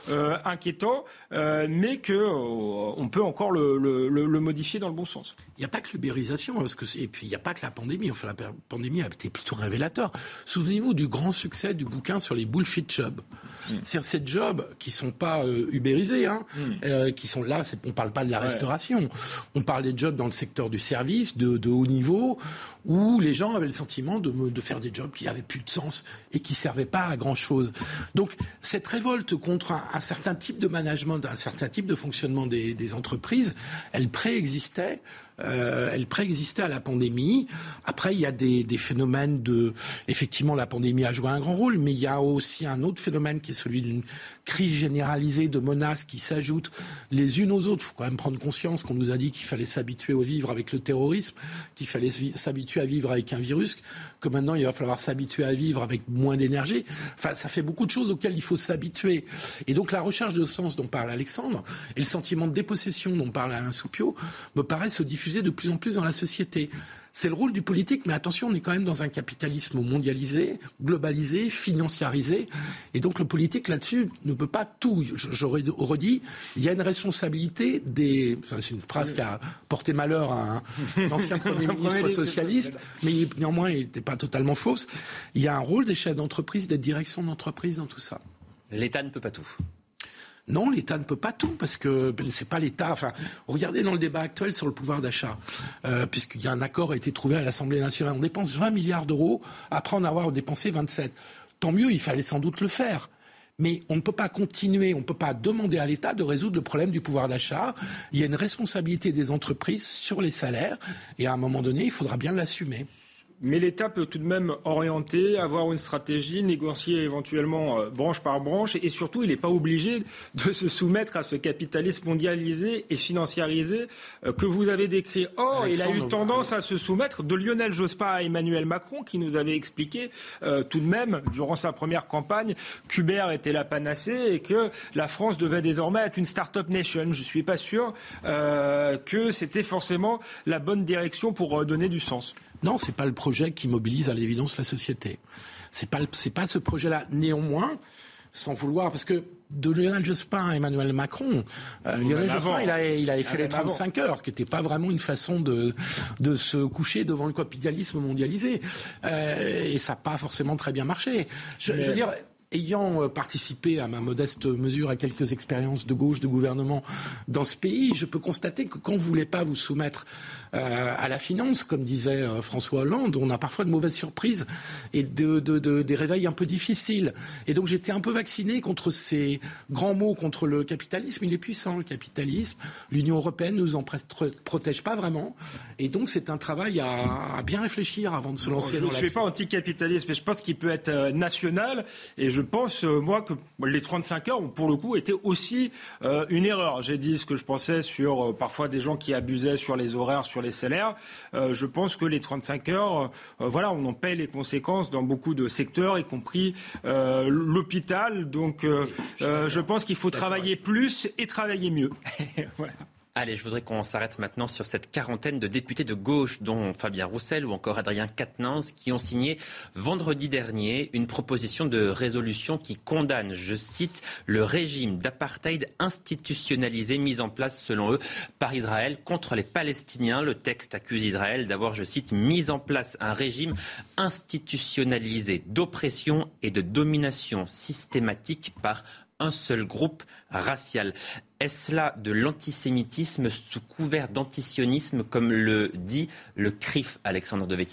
euh, inquiétant, euh, mais que euh, on peut encore le, le, le, le modifier dans le bon sens. Il n'y a pas que l'ubérisation, parce que et puis il n'y a pas que la pandémie. Enfin, la pandémie a été plutôt révélateur. Souvenez-vous du grand succès du bouquin sur les bullshit jobs. Mm. C'est-à-dire ces jobs qui sont pas euh, ubérisés, hein, mm. euh, qui sont là. C'est, on parle pas de la restauration. Ouais. On parle des jobs dans le secteur du service, de, de haut niveau, où les gens avaient le sentiment de, de faire des jobs qui avaient plus de sens et qui servaient pas à grand chose. Donc cette révolte contre un, un certain type de management, un certain type de fonctionnement des, des entreprises, elle préexistait. Euh, elle préexistait à la pandémie. Après, il y a des, des phénomènes de... Effectivement, la pandémie a joué un grand rôle, mais il y a aussi un autre phénomène qui est celui d'une crise généralisée de menaces qui s'ajoutent les unes aux autres. Il faut quand même prendre conscience qu'on nous a dit qu'il fallait s'habituer au vivre avec le terrorisme, qu'il fallait s'habituer à vivre avec un virus, que maintenant il va falloir s'habituer à vivre avec moins d'énergie. Enfin, ça fait beaucoup de choses auxquelles il faut s'habituer. Et donc la recherche de sens dont parle Alexandre et le sentiment de dépossession dont parle Alain Soupiot me paraissent se diffuser de plus en plus dans la société. C'est le rôle du politique, mais attention, on est quand même dans un capitalisme mondialisé, globalisé, financiarisé, et donc le politique là-dessus ne peut pas tout. J'aurais redit, il y a une responsabilité des... Enfin, c'est une phrase qui a porté malheur à un ancien Premier ministre socialiste, mais néanmoins, il n'était pas totalement fausse. Il y a un rôle des chefs d'entreprise, des directions d'entreprise dans tout ça. L'État ne peut pas tout. Non, l'État ne peut pas tout, parce que c'est pas l'État. Enfin, regardez dans le débat actuel sur le pouvoir d'achat, euh, puisqu'il y a un accord a été trouvé à l'Assemblée nationale. On dépense vingt milliards d'euros, après en avoir dépensé vingt-sept. Tant mieux, il fallait sans doute le faire. Mais on ne peut pas continuer, on ne peut pas demander à l'État de résoudre le problème du pouvoir d'achat. Il y a une responsabilité des entreprises sur les salaires, et à un moment donné, il faudra bien l'assumer. Mais l'État peut tout de même orienter, avoir une stratégie, négocier éventuellement euh, branche par branche, et surtout, il n'est pas obligé de se soumettre à ce capitalisme mondialisé et financiarisé euh, que vous avez décrit. Or, Alexandre, il a eu tendance à se soumettre de Lionel Jospin à Emmanuel Macron, qui nous avait expliqué euh, tout de même, durant sa première campagne, qu'Uber était la panacée et que la France devait désormais être une start-up nation. Je ne suis pas sûr euh, que c'était forcément la bonne direction pour euh, donner du sens. Non, c'est pas le projet qui mobilise à l'évidence la société. C'est pas, c'est pas ce projet-là. Néanmoins, sans vouloir, parce que de Lionel Jospin à Emmanuel Macron, euh, Lionel Jospin, il a, il a fait les trente-cinq heures, qui n'était pas vraiment une façon de, de se coucher devant le capitalisme mondialisé. Euh, et ça n'a pas forcément très bien marché. Je, Mais... je veux dire... Ayant participé à ma modeste mesure à quelques expériences de gauche de gouvernement dans ce pays, je peux constater que quand vous ne voulez pas vous soumettre euh, à la finance, comme disait euh, François Hollande, on a parfois de mauvaises surprises et de, de, de, des réveils un peu difficiles. Et donc j'étais un peu vacciné contre ces grands mots contre le capitalisme. Il est puissant, le capitalisme. L'Union européenne ne nous en protège pas vraiment. Et donc c'est un travail à, à bien réfléchir avant de se lancer bon, dans Je ne suis pas anticapitaliste, mais je pense qu'il peut être euh, national. Et je Je pense, euh, moi, que les trente-cinq heures ont, pour le coup, été aussi euh, une erreur. J'ai dit ce que je pensais sur euh, parfois des gens qui abusaient sur les horaires, sur les salaires. Euh, je pense que les trente-cinq heures, euh, voilà, on en paye les conséquences dans beaucoup de secteurs, y compris euh, l'hôpital. Donc, euh, euh, je pense qu'il faut travailler plus et travailler mieux. Voilà. Allez, je voudrais qu'on s'arrête maintenant sur cette quarantaine de députés de gauche, dont Fabien Roussel ou encore Adrien Quatennens, qui ont signé vendredi dernier une proposition de résolution qui condamne, je cite, le régime d'apartheid institutionnalisé mis en place, selon eux, par Israël contre les Palestiniens. Le texte accuse Israël d'avoir, je cite, mis en place un régime institutionnalisé d'oppression et de domination systématique par un seul groupe racial. Est-ce là de l'antisémitisme sous couvert d'antisionisme, comme le dit le C R I F, Alexandre Devecchio ?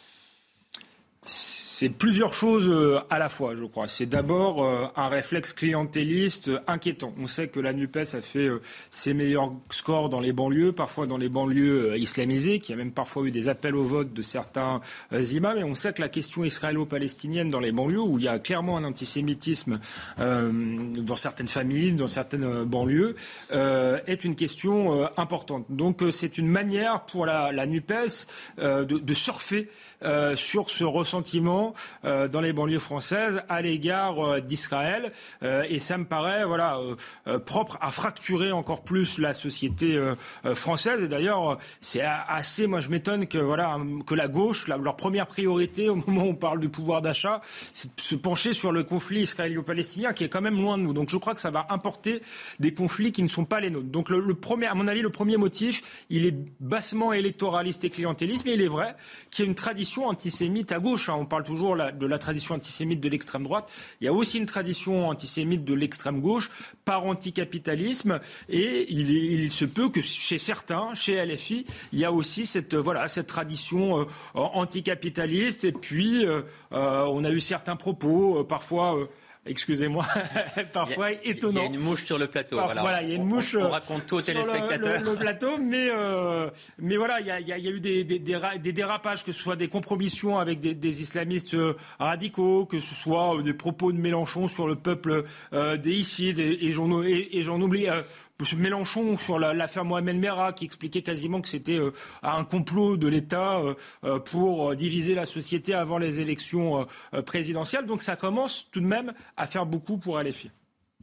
C'est plusieurs choses à la fois, je crois. C'est d'abord euh, un réflexe clientéliste inquiétant. On sait que la NUPES a fait euh, ses meilleurs scores dans les banlieues, parfois dans les banlieues euh, islamisées, qu'il y a même parfois eu des appels au vote de certains euh, imams. Et on sait que la question israélo-palestinienne dans les banlieues, où il y a clairement un antisémitisme euh, dans certaines familles, dans certaines euh, banlieues, euh, est une question euh, importante. Donc euh, c'est une manière pour la, la NUPES euh, de, de surfer euh, sur ce ressentiment euh, dans les banlieues françaises à l'égard euh, d'Israël. Euh, et ça me paraît voilà, euh, euh, propre à fracturer encore plus la société euh, euh, française. Et d'ailleurs, c'est assez... Moi, je m'étonne que, voilà, que la gauche, la, leur première priorité au moment où on parle du pouvoir d'achat, c'est de se pencher sur le conflit israélo-palestinien qui est quand même loin de nous. Donc je crois que ça va importer des conflits qui ne sont pas les nôtres. Donc le, le premier, à mon avis, le premier motif, il est bassement électoraliste et clientéliste, mais il est vrai qu'il y a une tradition antisémite à gauche. Hein. On parle toujours la, de la tradition antisémite de l'extrême droite. Il y a aussi une tradition antisémite de l'extrême gauche par anticapitalisme. Et il, il se peut que chez certains, chez L F I, il y a aussi cette, voilà, cette tradition euh, anticapitaliste. Et puis, euh, euh, on a eu certains propos, euh, parfois... Euh, Excusez-moi, parfois il y a, étonnant. Il y a une mouche sur le plateau. Parfois, voilà, voilà, il y a une mouche. On, on raconte tout aux téléspectateurs. Le, le, le plateau, mais euh, mais voilà, il y a, il y a, il y a eu des, des, des, des dérapages, que ce soit des compromissions avec des, des islamistes radicaux, que ce soit des propos de Mélenchon sur le peuple euh, déicide, et, et j'en et, et j'en oublie. Euh, Mélenchon sur la, l'affaire Mohamed Merah qui expliquait quasiment que c'était euh, un complot de l'État euh, pour diviser la société avant les élections euh, présidentielles. Donc ça commence tout de même à faire beaucoup pour L F I.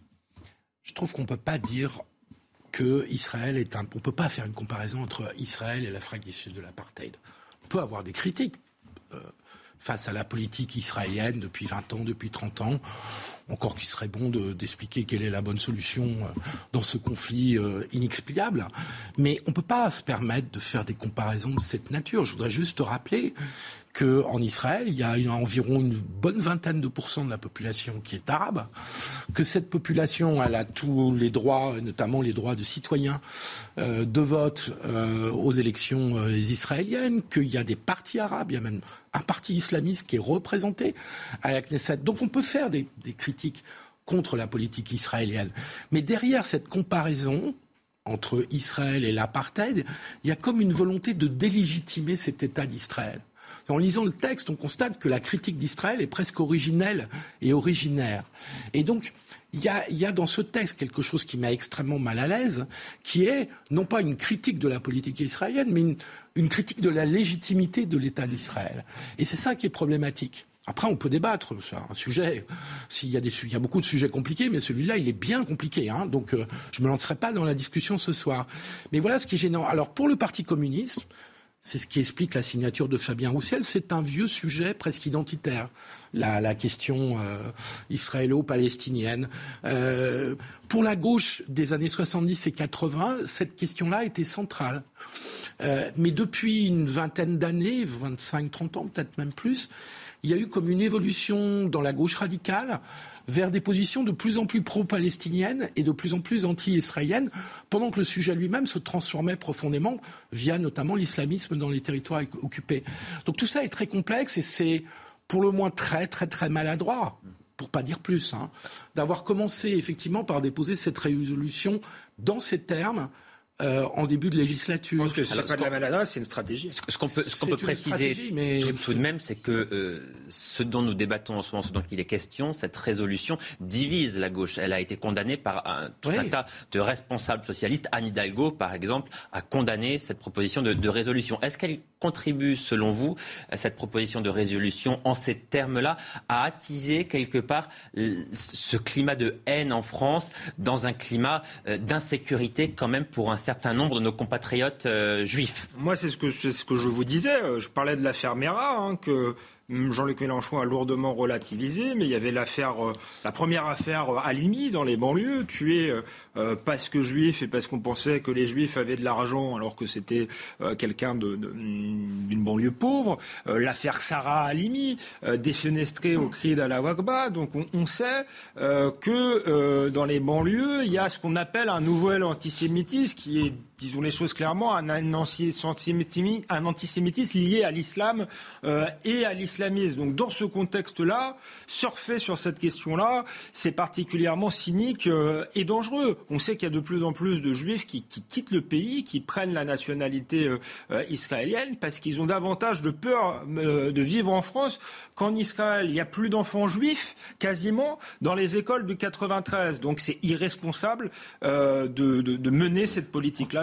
Je trouve qu'on ne peut pas dire que Israël est un... On ne peut pas faire une comparaison entre Israël et l'Afrique du Sud de l'apartheid. On peut avoir des critiques euh, face à la politique israélienne depuis vingt ans, depuis trente ans. Encore qu'il serait bon de, d'expliquer quelle est la bonne solution euh, dans ce conflit euh, inexplicable. Mais on ne peut pas se permettre de faire des comparaisons de cette nature. Je voudrais juste te rappeler qu'en Israël, il y a une, environ une bonne vingtaine de pourcents de la population qui est arabe, que cette population elle a tous les droits, notamment les droits de citoyens, euh, de vote euh, aux élections euh, israéliennes, qu'il y a des partis arabes, il y a même un parti islamiste qui est représenté à la Knesset. Donc on peut faire des, des critiques contre la politique israélienne. Mais derrière cette comparaison entre Israël et l'apartheid, il y a comme une volonté de délégitimer cet État d'Israël. En lisant le texte, on constate que la critique d'Israël est presque originelle et originaire. Et donc, il y a, il y a dans ce texte quelque chose qui m'a extrêmement mal à l'aise, qui est non pas une critique de la politique israélienne, mais une, une critique de la légitimité de l'État d'Israël. Et c'est ça qui est problématique. Après, on peut débattre, c'est un sujet, s'il y a des, il y a beaucoup de sujets compliqués, mais celui-là, il est bien compliqué, hein, donc euh, je ne me lancerai pas dans la discussion ce soir. Mais voilà ce qui est gênant. Alors, pour le Parti communiste, c'est ce qui explique la signature de Fabien Roussel. C'est un vieux sujet presque identitaire, la, la question euh, israélo-palestinienne. Euh, pour la gauche des années soixante-dix et quatre-vingts, cette question-là était centrale. Euh, mais depuis une vingtaine d'années, vingt-cinq trente ans, peut-être même plus, il y a eu comme une évolution dans la gauche radicale vers des positions de plus en plus pro-palestiniennes et de plus en plus anti-israéliennes, pendant que le sujet lui-même se transformait profondément via notamment l'islamisme dans les territoires occupés. Donc tout ça est très complexe et c'est pour le moins très très très maladroit, pour pas dire plus, hein, d'avoir commencé effectivement par déposer cette résolution dans ces termes, Euh, en début de législature. Je pense que c'est Alors, pas de la maladresse, c'est une stratégie. Ce, ce qu'on peut, ce qu'on peut préciser mais... tout, tout de même, c'est que euh, ce dont nous débattons en ce moment, ce dont il est question, cette résolution divise la gauche. Elle a été condamnée par un, tout oui. un tas de responsables socialistes. Anne Hidalgo, par exemple, a condamné cette proposition de, de résolution. Est-ce qu'elle contribue, selon vous, cette proposition de résolution, en ces termes-là, à attiser quelque part ce climat de haine en France, dans un climat d'insécurité quand même pour un certain nombre de nos compatriotes euh, juifs? Moi, c'est ce que c'est ce que je vous disais. Je parlais de l'affaire Merah, hein, que Jean-Luc Mélenchon a lourdement relativisé, mais il y avait l'affaire, euh, la première affaire euh, Halimi dans les banlieues, tué euh, parce que juif et parce qu'on pensait que les juifs avaient de l'argent alors que c'était euh, quelqu'un de, de, d'une banlieue pauvre. Euh, l'affaire Sarah Halimi, euh, défenestrée au cri d'Allahu Akbar. Donc on, on sait euh, que euh, dans les banlieues, il y a ce qu'on appelle un nouvel antisémitisme qui est, disons les choses clairement, un, un, antisémitisme, un antisémitisme lié à l'islam euh, et à l'islamisme. Donc dans ce contexte-là, surfer sur cette question-là, c'est particulièrement cynique euh, et dangereux. On sait qu'il y a de plus en plus de juifs qui, qui quittent le pays, qui prennent la nationalité euh, euh, israélienne parce qu'ils ont davantage de peur euh, de vivre en France qu'en Israël. Il y a plus d'enfants juifs quasiment dans les écoles du quatre-vingt-treize. Donc c'est irresponsable euh, de, de, de mener cette politique-là.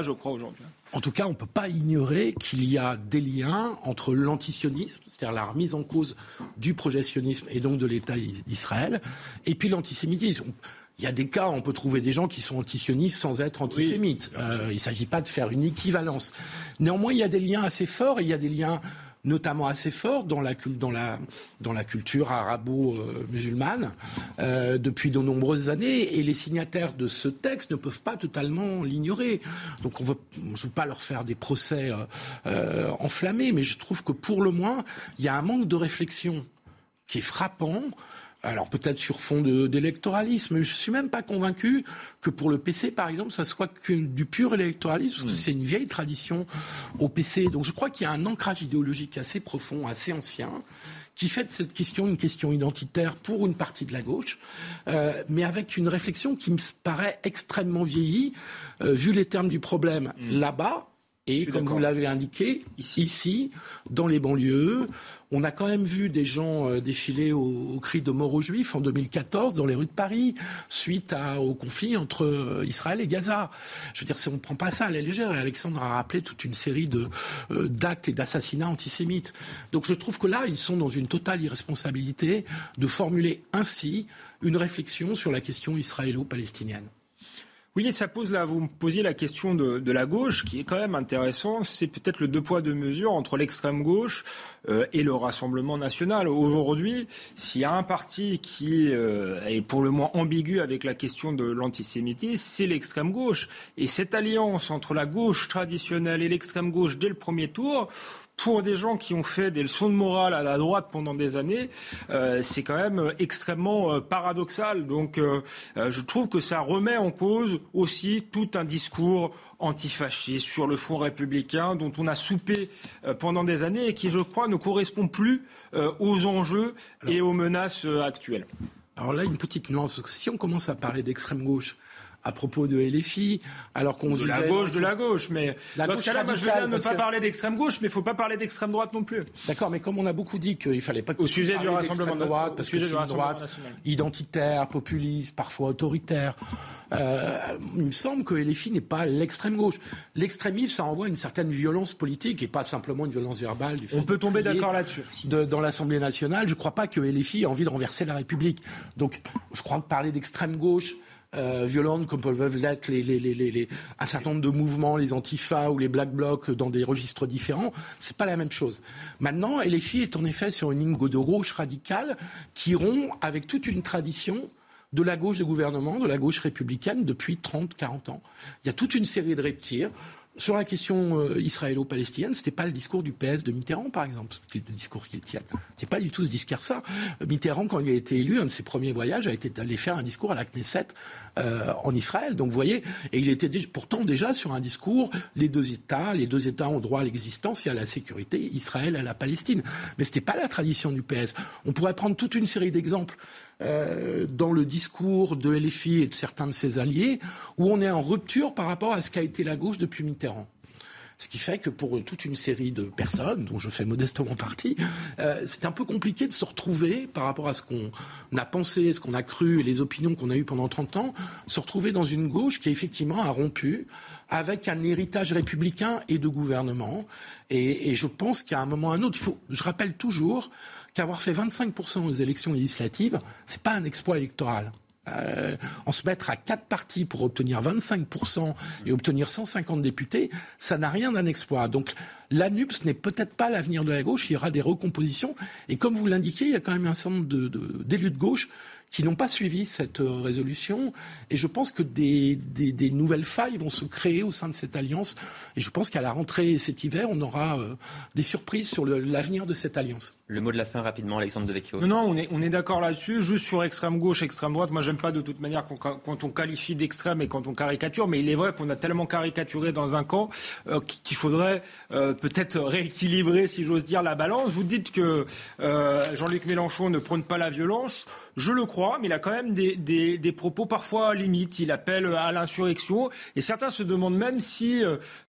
je crois, aujourd'hui. En tout cas, on ne peut pas ignorer qu'il y a des liens entre l'antisionisme, c'est-à-dire la remise en cause du projet sionisme et donc de l'État d'Israël, et puis l'antisémitisme. Il y a des cas où on peut trouver des gens qui sont antisionistes sans être antisémites. Oui, euh, il ne s'agit pas de faire une équivalence. Néanmoins, il y a des liens assez forts, et il y a des liens notamment assez forts dans la, dans la, dans la culture arabo-musulmane euh, depuis de nombreuses années. Et les signataires de ce texte ne peuvent pas totalement l'ignorer. Donc on veut, je ne veux pas leur faire des procès euh, enflammés, mais je trouve que pour le moins, il y a un manque de réflexion qui est frappant. Alors peut-être sur fond de, d'électoralisme, mais je ne suis même pas convaincu que pour le P C, par exemple, ça soit que du pur électoralisme, parce que c'est une vieille tradition au P C. Donc je crois qu'il y a un ancrage idéologique assez profond, assez ancien, qui fait de cette question une question identitaire pour une partie de la gauche, euh, mais avec une réflexion qui me paraît extrêmement vieillie, euh, vu les termes du problème mmh. là-bas. Et comme vous l'avez indiqué, ici. ici, dans les banlieues, on a quand même vu des gens euh, défiler au, au cri de mort aux Juifs en deux mille quatorze dans les rues de Paris, suite à, au conflit entre euh, Israël et Gaza. Je veux dire, on ne prend pas ça à la légère. Et Alexandre a rappelé toute une série de, euh, d'actes et d'assassinats antisémites. Donc je trouve que là, ils sont dans une totale irresponsabilité de formuler ainsi une réflexion sur la question israélo-palestinienne. Oui, ça pose là, vous me posiez la question de, de la gauche, qui est quand même intéressant. C'est peut-être le deux poids, deux mesures entre l'extrême gauche euh, et le Rassemblement national. Aujourd'hui, s'il y a un parti qui euh, est pour le moins ambigu avec la question de l'antisémitisme, c'est l'extrême gauche. Et cette alliance entre la gauche traditionnelle et l'extrême gauche dès le premier tour, pour des gens qui ont fait des leçons de morale à la droite pendant des années, euh, c'est quand même extrêmement euh, paradoxal. Donc euh, euh, je trouve que ça remet en cause aussi tout un discours antifasciste sur le front républicain dont on a soupé euh, pendant des années et qui, je crois, ne correspond plus euh, aux enjeux alors, et aux menaces euh, actuelles. Alors là, une petite nuance, parce que si on commence à parler d'extrême gauche, à propos de L F I, alors qu'on de disait... De la gauche, de la gauche, mais la dans gauche ce cas-là, moi, je veux bien ne pas que... parler d'extrême gauche, mais il ne faut pas parler d'extrême droite non plus. D'accord, mais comme on a beaucoup dit qu'il ne fallait pas... Au sujet du Rassemblement droite, parce que c'est une droite national. identitaire, populiste, parfois autoritaire. Euh, il me semble que L F I n'est pas l'extrême gauche. L'extrémisme, ça envoie une certaine violence politique et pas simplement une violence verbale. Du fait on peut tomber d'accord là-dessus. De, dans l'Assemblée nationale, je ne crois pas que L F I ait envie de renverser la République. Donc, je crois que parler d'extrême gauche... Euh, violentes comme peuvent l'être les, les, les, les, un certain nombre de mouvements, les antifas ou les black blocs dans des registres différents, c'est pas la même chose. Maintenant, L F I est en effet sur une ligne de gauche radicale qui rompt avec toute une tradition de la gauche de gouvernement, de la gauche républicaine depuis trente à quarante ans. Il y a toute une série de ruptures. Sur la question euh, israélo-palestinienne, c'était pas le discours du P S de Mitterrand, par exemple, le discours qu'il tient. C'est pas du tout ce discours-là. Mitterrand, quand il a été élu, un de ses premiers voyages a été d'aller faire un discours à la Knesset euh, en Israël. Donc, vous voyez, et il était déjà, pourtant déjà sur un discours, les deux États, les deux États ont droit à l'existence et à la sécurité, Israël à la Palestine. Mais c'était pas la tradition du P S. On pourrait prendre toute une série d'exemples. Euh, dans le discours de L F I et de certains de ses alliés, où on est en rupture par rapport à ce qu'a été la gauche depuis Mitterrand. Ce qui fait que pour toute une série de personnes, dont je fais modestement partie, euh, c'est un peu compliqué de se retrouver par rapport à ce qu'on a pensé, ce qu'on a cru et les opinions qu'on a eues pendant trente ans, se retrouver dans une gauche qui effectivement a rompu avec un héritage républicain et de gouvernement. Et, et je pense qu'à un moment ou à un autre, il faut, je rappelle toujours qu'avoir fait vingt-cinq pour cent aux élections législatives, c'est pas un exploit électoral. Euh, en se mettre à quatre partis pour obtenir vingt-cinq pour cent et obtenir cent cinquante députés, ça n'a rien d'un exploit. Donc l'A N U P, ce n'est peut-être pas l'avenir de la gauche, il y aura des recompositions. Et comme vous l'indiquiez, il y a quand même un certain nombre de, de, d'élus de gauche qui n'ont pas suivi cette euh, résolution. Et je pense que des, des, des nouvelles failles vont se créer au sein de cette alliance. Et je pense qu'à la rentrée cet hiver, on aura euh, des surprises sur le, l'avenir de cette alliance. Le mot de la fin rapidement, Alexandre Devecchio. Non, non, on est, on est d'accord là-dessus. Juste sur extrême gauche, extrême droite, moi j'aime pas de toute manière qu'on, quand on qualifie d'extrême et quand on caricature, mais il est vrai qu'on a tellement caricaturé dans un camp euh, qu'il faudrait euh, peut-être rééquilibrer, si j'ose dire, la balance. Vous dites que euh, Jean-Luc Mélenchon ne prône pas la violence. Je le crois, mais il a quand même des, des, des propos parfois limites. Il appelle à l'insurrection et certains se demandent même si euh,